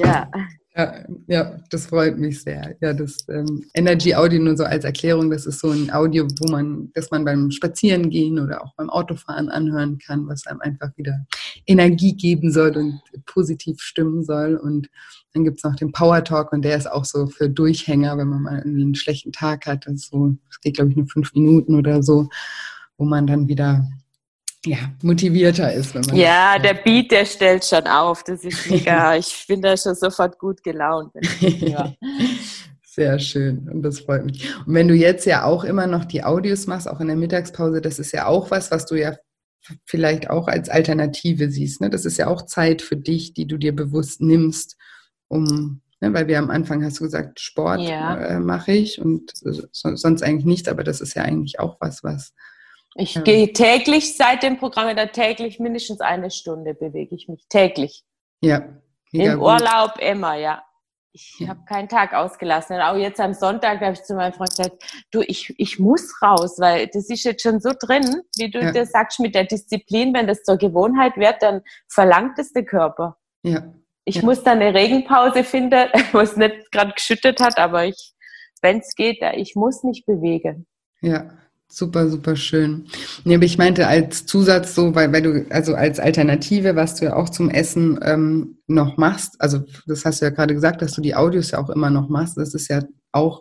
Ja, das freut mich sehr. Ja, das Energy Audio nur so als Erklärung, das ist so ein Audio, das man beim Spazierengehen oder auch beim Autofahren anhören kann, was einem einfach wieder Energie geben soll und positiv stimmen soll. Und dann gibt es noch den Power Talk und der ist auch so für Durchhänger, wenn man mal irgendwie einen schlechten Tag hat. Das geht, glaube ich, nur 5 Minuten oder so, wo man dann wieder motivierter ist. Wenn man der Beat, der stellt schon auf. Das ist mega. Ich bin da schon sofort gut gelaunt. Sehr schön und das freut mich. Und wenn du jetzt ja auch immer noch die Audios machst, auch in der Mittagspause, das ist ja auch was du ja vielleicht auch als Alternative siehst. Ne? Das ist ja auch Zeit für dich, die du dir bewusst nimmst, weil wir am Anfang, hast du gesagt, Sport mache ich und sonst eigentlich nichts, aber das ist ja eigentlich auch was ich gehe täglich, seit dem Programm, täglich mindestens 1 Stunde bewege ich mich. Täglich. Ja. Im Urlaub immer, ja. Ich habe keinen Tag ausgelassen. Und auch jetzt am Sonntag habe ich zu meinem Freund gesagt, du, ich muss raus, weil das ist jetzt schon so drin, wie du das sagst mit der Disziplin. Wenn das zur Gewohnheit wird, dann verlangt es der Körper. Ja. Ich muss dann eine Regenpause finden, wo es nicht gerade geschüttet hat, aber wenn es geht, ich muss mich bewegen. Ja. Super, super schön. Nee, aber ich meinte als Zusatz so, weil du, also als Alternative, was du ja auch zum Essen noch machst, also das hast du ja gerade gesagt, dass du die Audios ja auch immer noch machst, das ist ja auch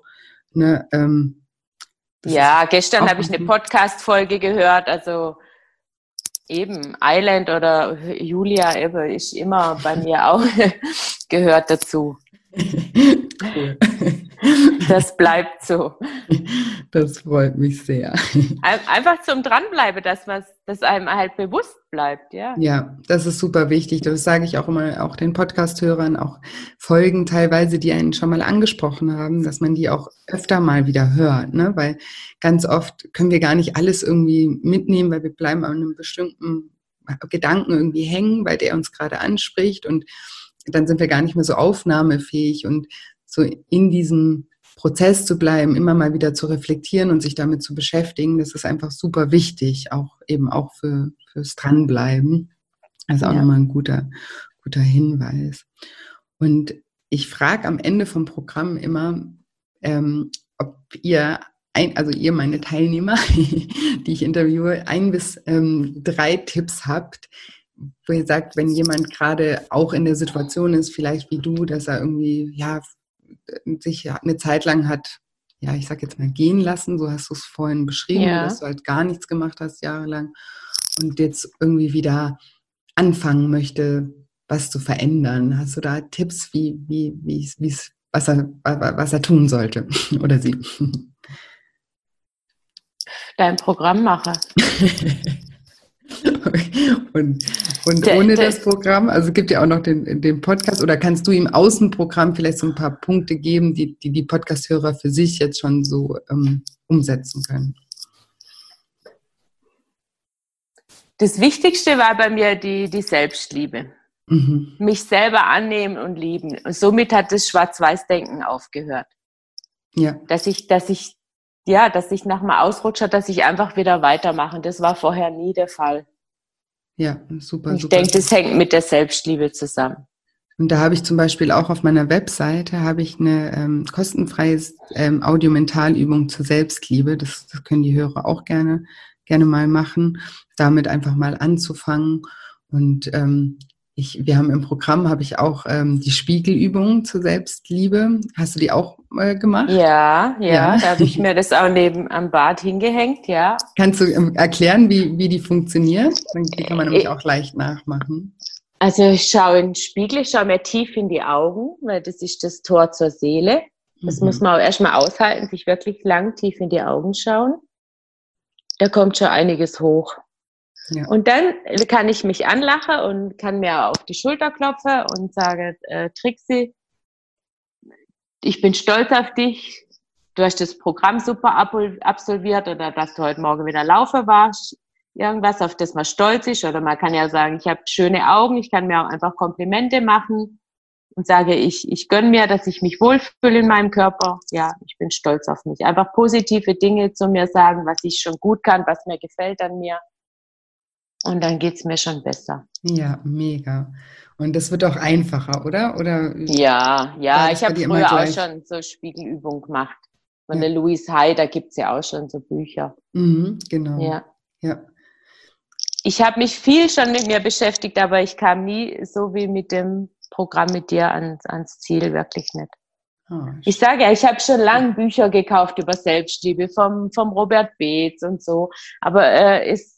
Ne, ja, gestern habe ich eine Podcast-Folge gehört, also eben Island oder Julia Ebbe ist immer bei mir auch gehört dazu. Cool. Das bleibt so. Das freut mich sehr. Einfach zum Dranbleiben, dass einem halt bewusst bleibt, ja. Ja, das ist super wichtig. Das sage ich auch immer, auch den Podcast-Hörern, auch Folgen teilweise, die einen schon mal angesprochen haben, dass man die auch öfter mal wieder hört, ne? Weil ganz oft können wir gar nicht alles irgendwie mitnehmen, weil wir bleiben an einem bestimmten Gedanken irgendwie hängen, weil der uns gerade anspricht und dann sind wir gar nicht mehr so aufnahmefähig und so in diesem Prozess zu bleiben, immer mal wieder zu reflektieren und sich damit zu beschäftigen, das ist einfach super wichtig, auch eben auch fürs Dranbleiben. Das ist auch nochmal ein guter Hinweis. Und ich frage am Ende vom Programm immer, ob ihr, also ihr meine Teilnehmer, die ich interviewe, 1 bis 3 Tipps habt, wo ihr sagt, wenn jemand gerade auch in der Situation ist, vielleicht wie du, dass er irgendwie, ja, sich eine Zeit lang hat, ja, ich sag jetzt mal gehen lassen, so hast du es vorhin beschrieben, dass du halt gar nichts gemacht hast jahrelang und jetzt irgendwie wieder anfangen möchte, was zu verändern. Hast du da Tipps, was er tun sollte oder sie? Dein Programmmacher. Und ohne das Programm, also es gibt ja auch noch den Podcast, oder kannst du im Außenprogramm vielleicht so ein paar Punkte geben, die Podcast-Hörer für sich jetzt schon so umsetzen können? Das Wichtigste war bei mir die Selbstliebe. Mhm. Mich selber annehmen und lieben. Und somit hat das Schwarz-Weiß-Denken aufgehört. Ja. Dass ich nach dem Ausrutscher, dass ich einfach wieder weitermache. Das war vorher nie der Fall. Ja, super. Ich denke, das hängt mit der Selbstliebe zusammen. Und da habe ich zum Beispiel auch auf meiner Webseite eine kostenfreie Audiomentalübung zur Selbstliebe. Das können die Hörer auch gerne mal machen, damit einfach mal anzufangen. Und wir haben im Programm, habe ich auch die Spiegelübung zur Selbstliebe. Hast du die auch gemacht? Ja, da habe ich mir das auch neben am Bad hingehängt, ja. Kannst du erklären, wie die funktioniert? Die kann man nämlich auch leicht nachmachen. Also ich schaue in den Spiegel, ich schaue mir tief in die Augen, weil das ist das Tor zur Seele. Das muss man auch erstmal aushalten, sich wirklich lang tief in die Augen schauen. Da kommt schon einiges hoch. Ja. Und dann kann ich mich anlachen und kann mir auf die Schulter klopfen und sage, Trixi, ich bin stolz auf dich. Du hast das Programm super absolviert oder dass du heute Morgen wieder laufen warst. Irgendwas, auf das man stolz ist. Oder man kann ja sagen, ich habe schöne Augen. Ich kann mir auch einfach Komplimente machen und sage, ich gönne mir, dass ich mich wohlfühle in meinem Körper. Ja, ich bin stolz auf mich. Einfach positive Dinge zu mir sagen, was ich schon gut kann, was mir gefällt an mir. Und dann geht's mir schon besser. Ja, mega. Und das wird auch einfacher, oder? Ja, ich habe früher auch schon so Spiegelübungen gemacht. Von der Louise Hay, da gibt's ja auch schon so Bücher. Mhm, genau. Ja. Ich habe mich viel schon mit mir beschäftigt, aber ich kam nie so wie mit dem Programm mit dir ans Ziel, wirklich nicht. Ich sage ja, ich habe schon lange Bücher gekauft über Selbstliebe vom Robert Beetz und so, aber ich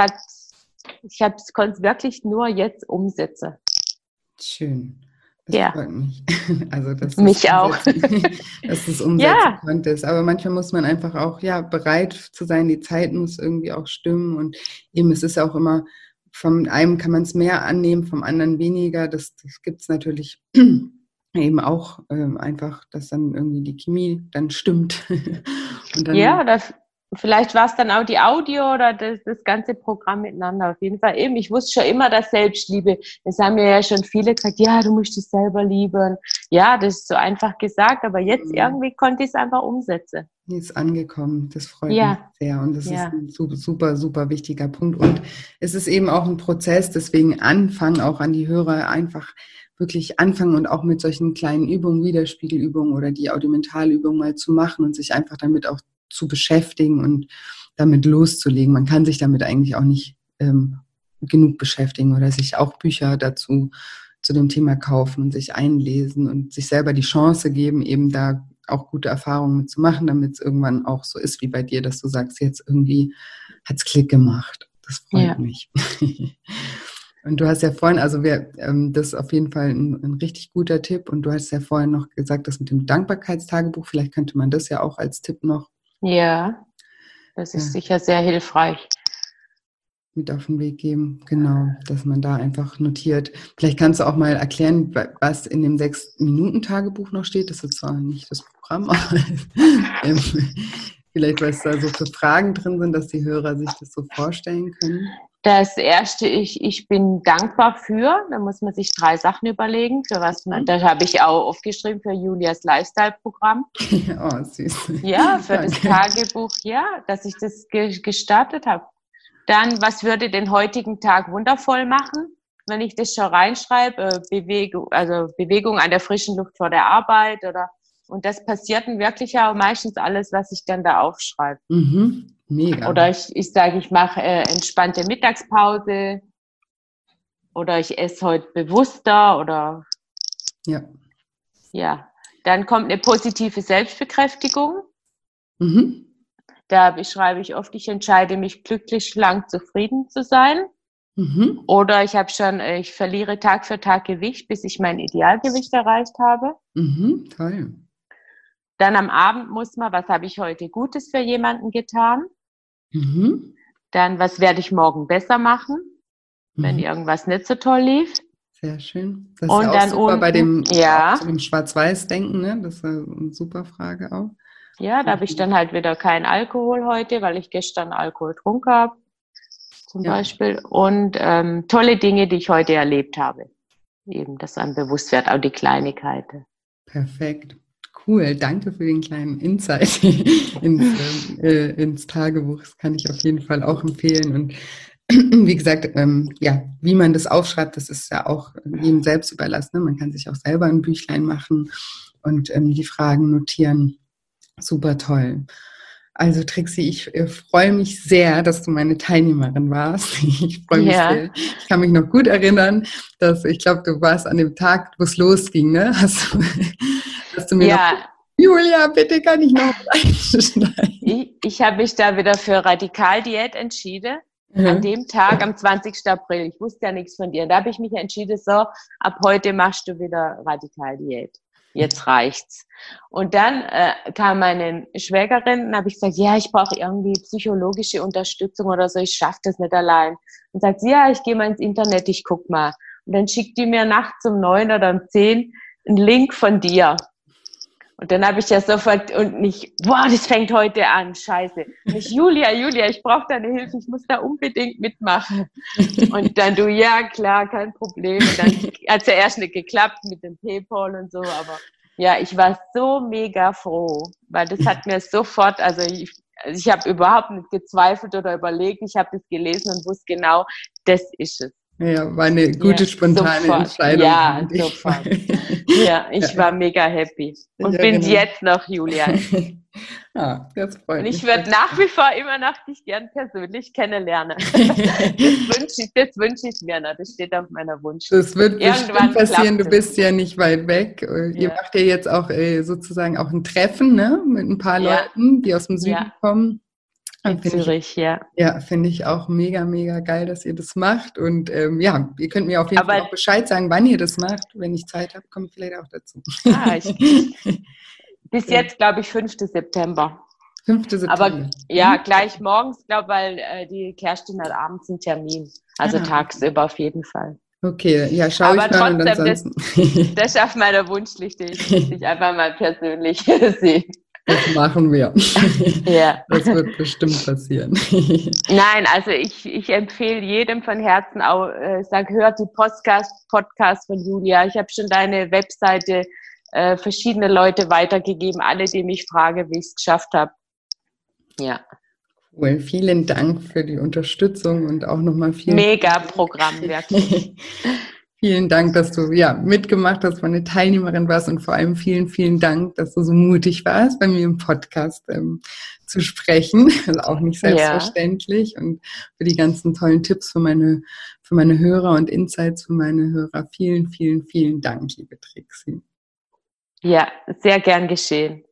konnte es wirklich nur jetzt umsetzen. Schön. Das freut mich. Also, dass mich auch. Dass du es umsetzen konntest. Aber manchmal muss man einfach auch bereit zu sein, die Zeit muss irgendwie auch stimmen und eben es ist auch immer, von einem kann man es mehr annehmen, vom anderen weniger. Das gibt es natürlich eben auch einfach, dass dann irgendwie die Chemie dann stimmt. Und dann, vielleicht war es dann auch die Audio oder das ganze Programm miteinander. Auf jeden Fall eben. Ich wusste schon immer, dass Selbstliebe, das haben mir ja schon viele gesagt, ja, du musst dich selber lieben. Ja, das ist so einfach gesagt, aber jetzt irgendwie konnte ich es einfach umsetzen. Ist angekommen, das freut mich sehr und das ist ein super, super wichtiger Punkt und es ist eben auch ein Prozess, deswegen anfangen auch an die Hörer einfach wirklich anfangen und auch mit solchen kleinen Übungen, Widerspiegelübungen oder die Audiomentalübungen mal zu machen und sich einfach damit auch zu beschäftigen und damit loszulegen. Man kann sich damit eigentlich auch nicht genug beschäftigen oder sich auch Bücher dazu zu dem Thema kaufen und sich einlesen und sich selber die Chance geben, eben da auch gute Erfahrungen mitzumachen, damit es irgendwann auch so ist wie bei dir, dass du sagst, jetzt irgendwie hat es Klick gemacht. Das freut mich. Und du hast ja vorhin, also das ist auf jeden Fall ein richtig guter Tipp. Und du hast ja vorhin noch gesagt, das mit dem Dankbarkeitstagebuch, vielleicht könnte man das ja auch als Tipp noch. Ja, das ist sicher sehr hilfreich. Mit auf den Weg geben, genau, dass man da einfach notiert. Vielleicht kannst du auch mal erklären, was in dem 6-Minuten-Tagebuch noch steht. Das ist zwar nicht das Programm, aber vielleicht, was da so für Fragen drin sind, dass die Hörer sich das so vorstellen können. Das erste, ich bin dankbar für, da muss man sich 3 Sachen überlegen, für was man, da habe ich auch aufgeschrieben, für Julias Lifestyle-Programm. Oh, süß. Ja, für das Tagebuch, ja, dass ich das gestartet habe. Dann, was würde den heutigen Tag wundervoll machen, wenn ich das schon reinschreibe, Bewegung an der frischen Luft vor der Arbeit und das passiert dann wirklich ja meistens alles, was ich dann da aufschreibe. Mhm. Mega. Oder ich sage, ich mache entspannte Mittagspause oder ich esse heute bewusster oder ja. Dann kommt eine positive Selbstbekräftigung. Mhm. Da beschreibe ich oft, ich entscheide mich glücklich, schlank, zufrieden zu sein. Mhm. Oder ich verliere Tag für Tag Gewicht, bis ich mein Idealgewicht erreicht habe. Mhm. Toll. Dann am Abend muss man, was habe ich heute Gutes für jemanden getan? Mhm. Dann, was werde ich morgen besser machen, wenn irgendwas nicht so toll lief? Sehr schön. Das und ist ja auch dann super bei dem, ja. zu dem Schwarz-Weiß-Denken, ne? Das ist eine super Frage auch. Ja, da habe ich dann halt wieder keinen Alkohol heute, weil ich gestern Alkohol getrunken habe, zum Beispiel. Und tolle Dinge, die ich heute erlebt habe. Eben, dass einem bewusst wird, auch die Kleinigkeiten. Perfekt. Cool, danke für den kleinen Insight ins Tagebuch. Das kann ich auf jeden Fall auch empfehlen. Und wie gesagt, wie man das aufschreibt, das ist ja auch jedem selbst überlassen. Man kann sich auch selber ein Büchlein machen und die Fragen notieren. Super toll. Also Trixi, ich freue mich sehr, dass du meine Teilnehmerin warst. Ich freue mich sehr. Ich kann mich noch gut erinnern, ich glaube, du warst an dem Tag, wo es losging, ne? Hast du mir noch, Julia, bitte kann ich noch einschneiden? Ich habe mich da wieder für Radikaldiät entschieden. An dem Tag, am 20. April. Ich wusste ja nichts von dir. Da habe ich mich entschieden, so, ab heute machst du wieder Radikaldiät. Jetzt reicht's. Und dann kam meine Schwägerin und habe ich gesagt, ja, ich brauche irgendwie psychologische Unterstützung oder so, ich schaffe das nicht allein. Und sagt sie, ja, ich gehe mal ins Internet, ich guck mal. Und dann schickt die mir nachts um 9 oder um 10 einen Link von dir. Und dann habe ich ja sofort das fängt heute an, scheiße. Und Julia, ich brauche deine Hilfe, ich muss da unbedingt mitmachen. Und dann du, ja klar, kein Problem. Und dann hat es ja erst nicht geklappt mit dem PayPal und so, aber ja, ich war so mega froh, weil das hat mir sofort, ich habe überhaupt nicht gezweifelt oder überlegt, ich habe das gelesen und wusste genau, das ist es. Ja, war eine gute, spontane Entscheidung. Ja, sofort. Ja, ich war mega happy. Und bin jetzt noch, Julia. Das freut mich. Und ich würde nach wie vor immer noch dich gern persönlich kennenlernen. Das wünsche ich mir noch. Das steht auf meiner Wunschliste. Das wird bestimmt passieren. Du bist ja nicht weit weg. Ihr macht ja jetzt auch sozusagen auch ein Treffen, ne? Mit ein paar Leuten, die aus dem Süden kommen. In Zürich, Ja, finde ich auch mega, mega geil, dass ihr das macht. Und ihr könnt mir auf jeden Fall auch Bescheid sagen, wann ihr das macht. Wenn ich Zeit habe, komme ich vielleicht auch dazu. Bis jetzt, glaube ich, 5. September. 5. September. Aber gleich morgens, glaube ich, weil die Kerstin hat abends einen Termin. Also tagsüber auf jeden Fall. Okay, ja, schau ich mal. Aber trotzdem, das ist auf meiner Wunschliste. Ich muss dich einfach mal persönlich sehen. Das machen wir. Das wird bestimmt passieren. Nein, also ich empfehle jedem von Herzen auch, hört die Podcast von Julia. Ich habe schon deine Webseite verschiedene Leute weitergegeben, alle, die mich fragen, wie ich es geschafft habe. Ja. Cool, vielen Dank für die Unterstützung und auch nochmal Mega-Programm, wirklich. Vielen Dank, dass du mitgemacht hast, meine Teilnehmerin warst und vor allem vielen, vielen Dank, dass du so mutig warst, bei mir im Podcast zu sprechen. Also auch nicht selbstverständlich und für die ganzen tollen Tipps für meine Hörer und Insights für meine Hörer. Vielen, vielen, vielen Dank, liebe Trixi. Ja, sehr gern geschehen.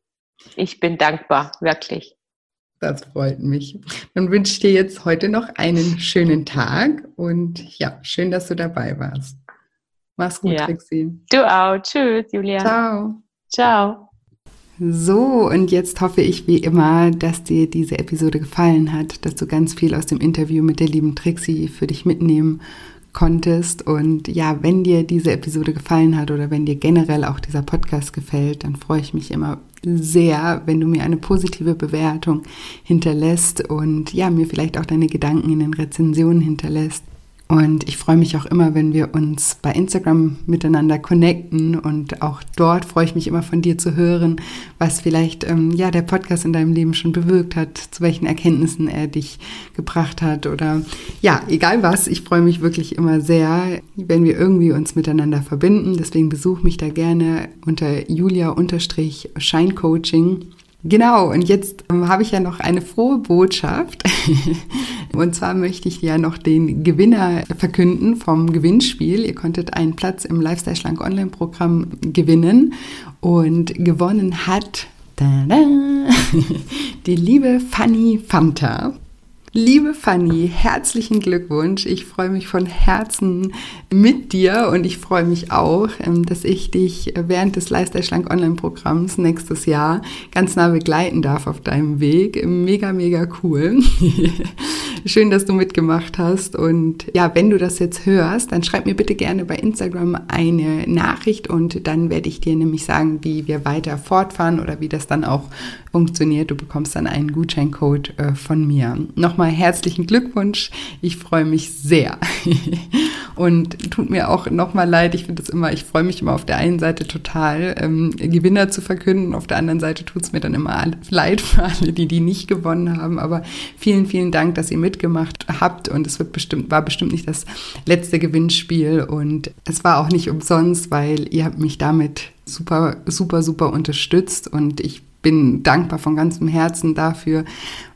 Ich bin dankbar, wirklich. Das freut mich. Dann wünsche ich dir jetzt heute noch einen schönen Tag und ja, schön, dass du dabei warst. Mach's gut, Ja. Trixi. Du auch. Tschüss, Julia. Ciao. Ciao. So, und jetzt hoffe ich wie immer, dass dir diese Episode gefallen hat, dass du ganz viel aus dem Interview mit der lieben Trixi für dich mitnehmen konntest. Und ja, wenn dir diese Episode gefallen hat oder wenn dir generell auch dieser Podcast gefällt, dann freue ich mich immer sehr, wenn du mir eine positive Bewertung hinterlässt und ja, mir vielleicht auch deine Gedanken in den Rezensionen hinterlässt. Und ich freue mich auch immer, wenn wir uns bei Instagram miteinander connecten, und auch dort freue ich mich immer von dir zu hören, was vielleicht der Podcast in deinem Leben schon bewirkt hat, zu welchen Erkenntnissen er dich gebracht hat oder ja, egal was. Ich freue mich wirklich immer sehr, wenn wir irgendwie uns miteinander verbinden. Deswegen besuch mich da gerne unter Julia_Scheincoaching. Genau, und jetzt habe ich ja noch eine frohe Botschaft. Und zwar möchte ich ja noch den Gewinner verkünden vom Gewinnspiel. Ihr konntet einen Platz im Lifestyle Schlank Online-Programm gewinnen. Und gewonnen hat die liebe Fanny Fanta. Liebe Fanny, herzlichen Glückwunsch. Ich freue mich von Herzen mit dir und ich freue mich auch, dass ich dich während des Lifestyle Schlank Online-Programms nächstes Jahr ganz nah begleiten darf auf deinem Weg. Mega, mega cool. Schön, dass du mitgemacht hast. Und ja, wenn du das jetzt hörst, dann schreib mir bitte gerne bei Instagram eine Nachricht und dann werde ich dir nämlich sagen, wie wir weiter fortfahren oder wie das dann auch funktioniert. Du bekommst dann einen Gutscheincode von mir. Nochmal herzlichen Glückwunsch. Ich freue mich sehr. Und tut mir auch nochmal leid. Ich freue mich immer auf der einen Seite total, Gewinner zu verkünden. Auf der anderen Seite tut es mir dann immer leid für alle, die nicht gewonnen haben. Aber vielen, vielen Dank, dass ihr mitgemacht habt. Und es war bestimmt nicht das letzte Gewinnspiel. Und es war auch nicht umsonst, weil ihr habt mich damit super, super, super unterstützt. Und ich bin dankbar von ganzem Herzen dafür.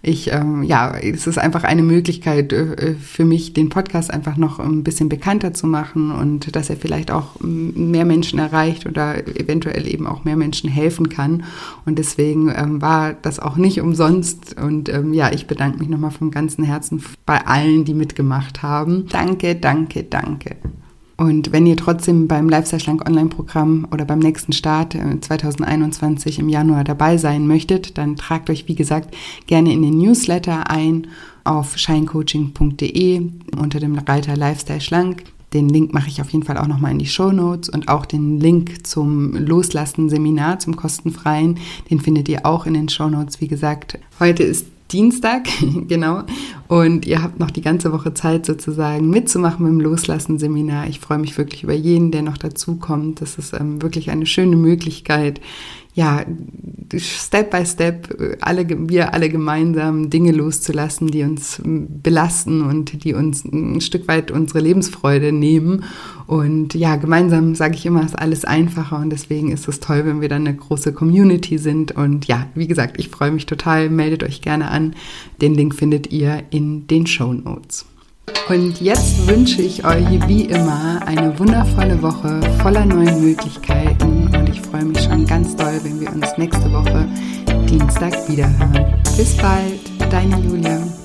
Es ist einfach eine Möglichkeit für mich, den Podcast einfach noch ein bisschen bekannter zu machen und dass er vielleicht auch mehr Menschen erreicht oder eventuell eben auch mehr Menschen helfen kann. Und deswegen war das auch nicht umsonst. Und ich bedanke mich nochmal von ganzem Herzen bei allen, die mitgemacht haben. Danke, danke, danke. Und wenn ihr trotzdem beim Lifestyle Schlank Online-Programm oder beim nächsten Start 2021 im Januar dabei sein möchtet, dann tragt euch, wie gesagt, gerne in den Newsletter ein auf scheincoaching.de unter dem Reiter Lifestyle Schlank. Den Link mache ich auf jeden Fall auch nochmal in die Shownotes und auch den Link zum Loslassen-Seminar, zum kostenfreien, den findet ihr auch in den Shownotes. Wie gesagt, heute ist Dienstag, genau. Und ihr habt noch die ganze Woche Zeit sozusagen mitzumachen mit dem Loslassen-Seminar. Ich freue mich wirklich über jeden, der noch dazu kommt. Das ist wirklich eine schöne Möglichkeit, ja, Step by Step wir alle gemeinsam Dinge loszulassen, die uns belasten und die uns ein Stück weit unsere Lebensfreude nehmen. Und ja, gemeinsam, sage ich immer, ist alles einfacher und deswegen ist es toll, wenn wir dann eine große Community sind. Und ja, wie gesagt, ich freue mich total. Meldet euch gerne an. Den Link findet ihr in den Shownotes. Und jetzt wünsche ich euch wie immer eine wundervolle Woche voller neuen Möglichkeiten und ich freue mich schon ganz doll, wenn wir uns nächste Woche Dienstag wiederhören. Bis bald, deine Julia.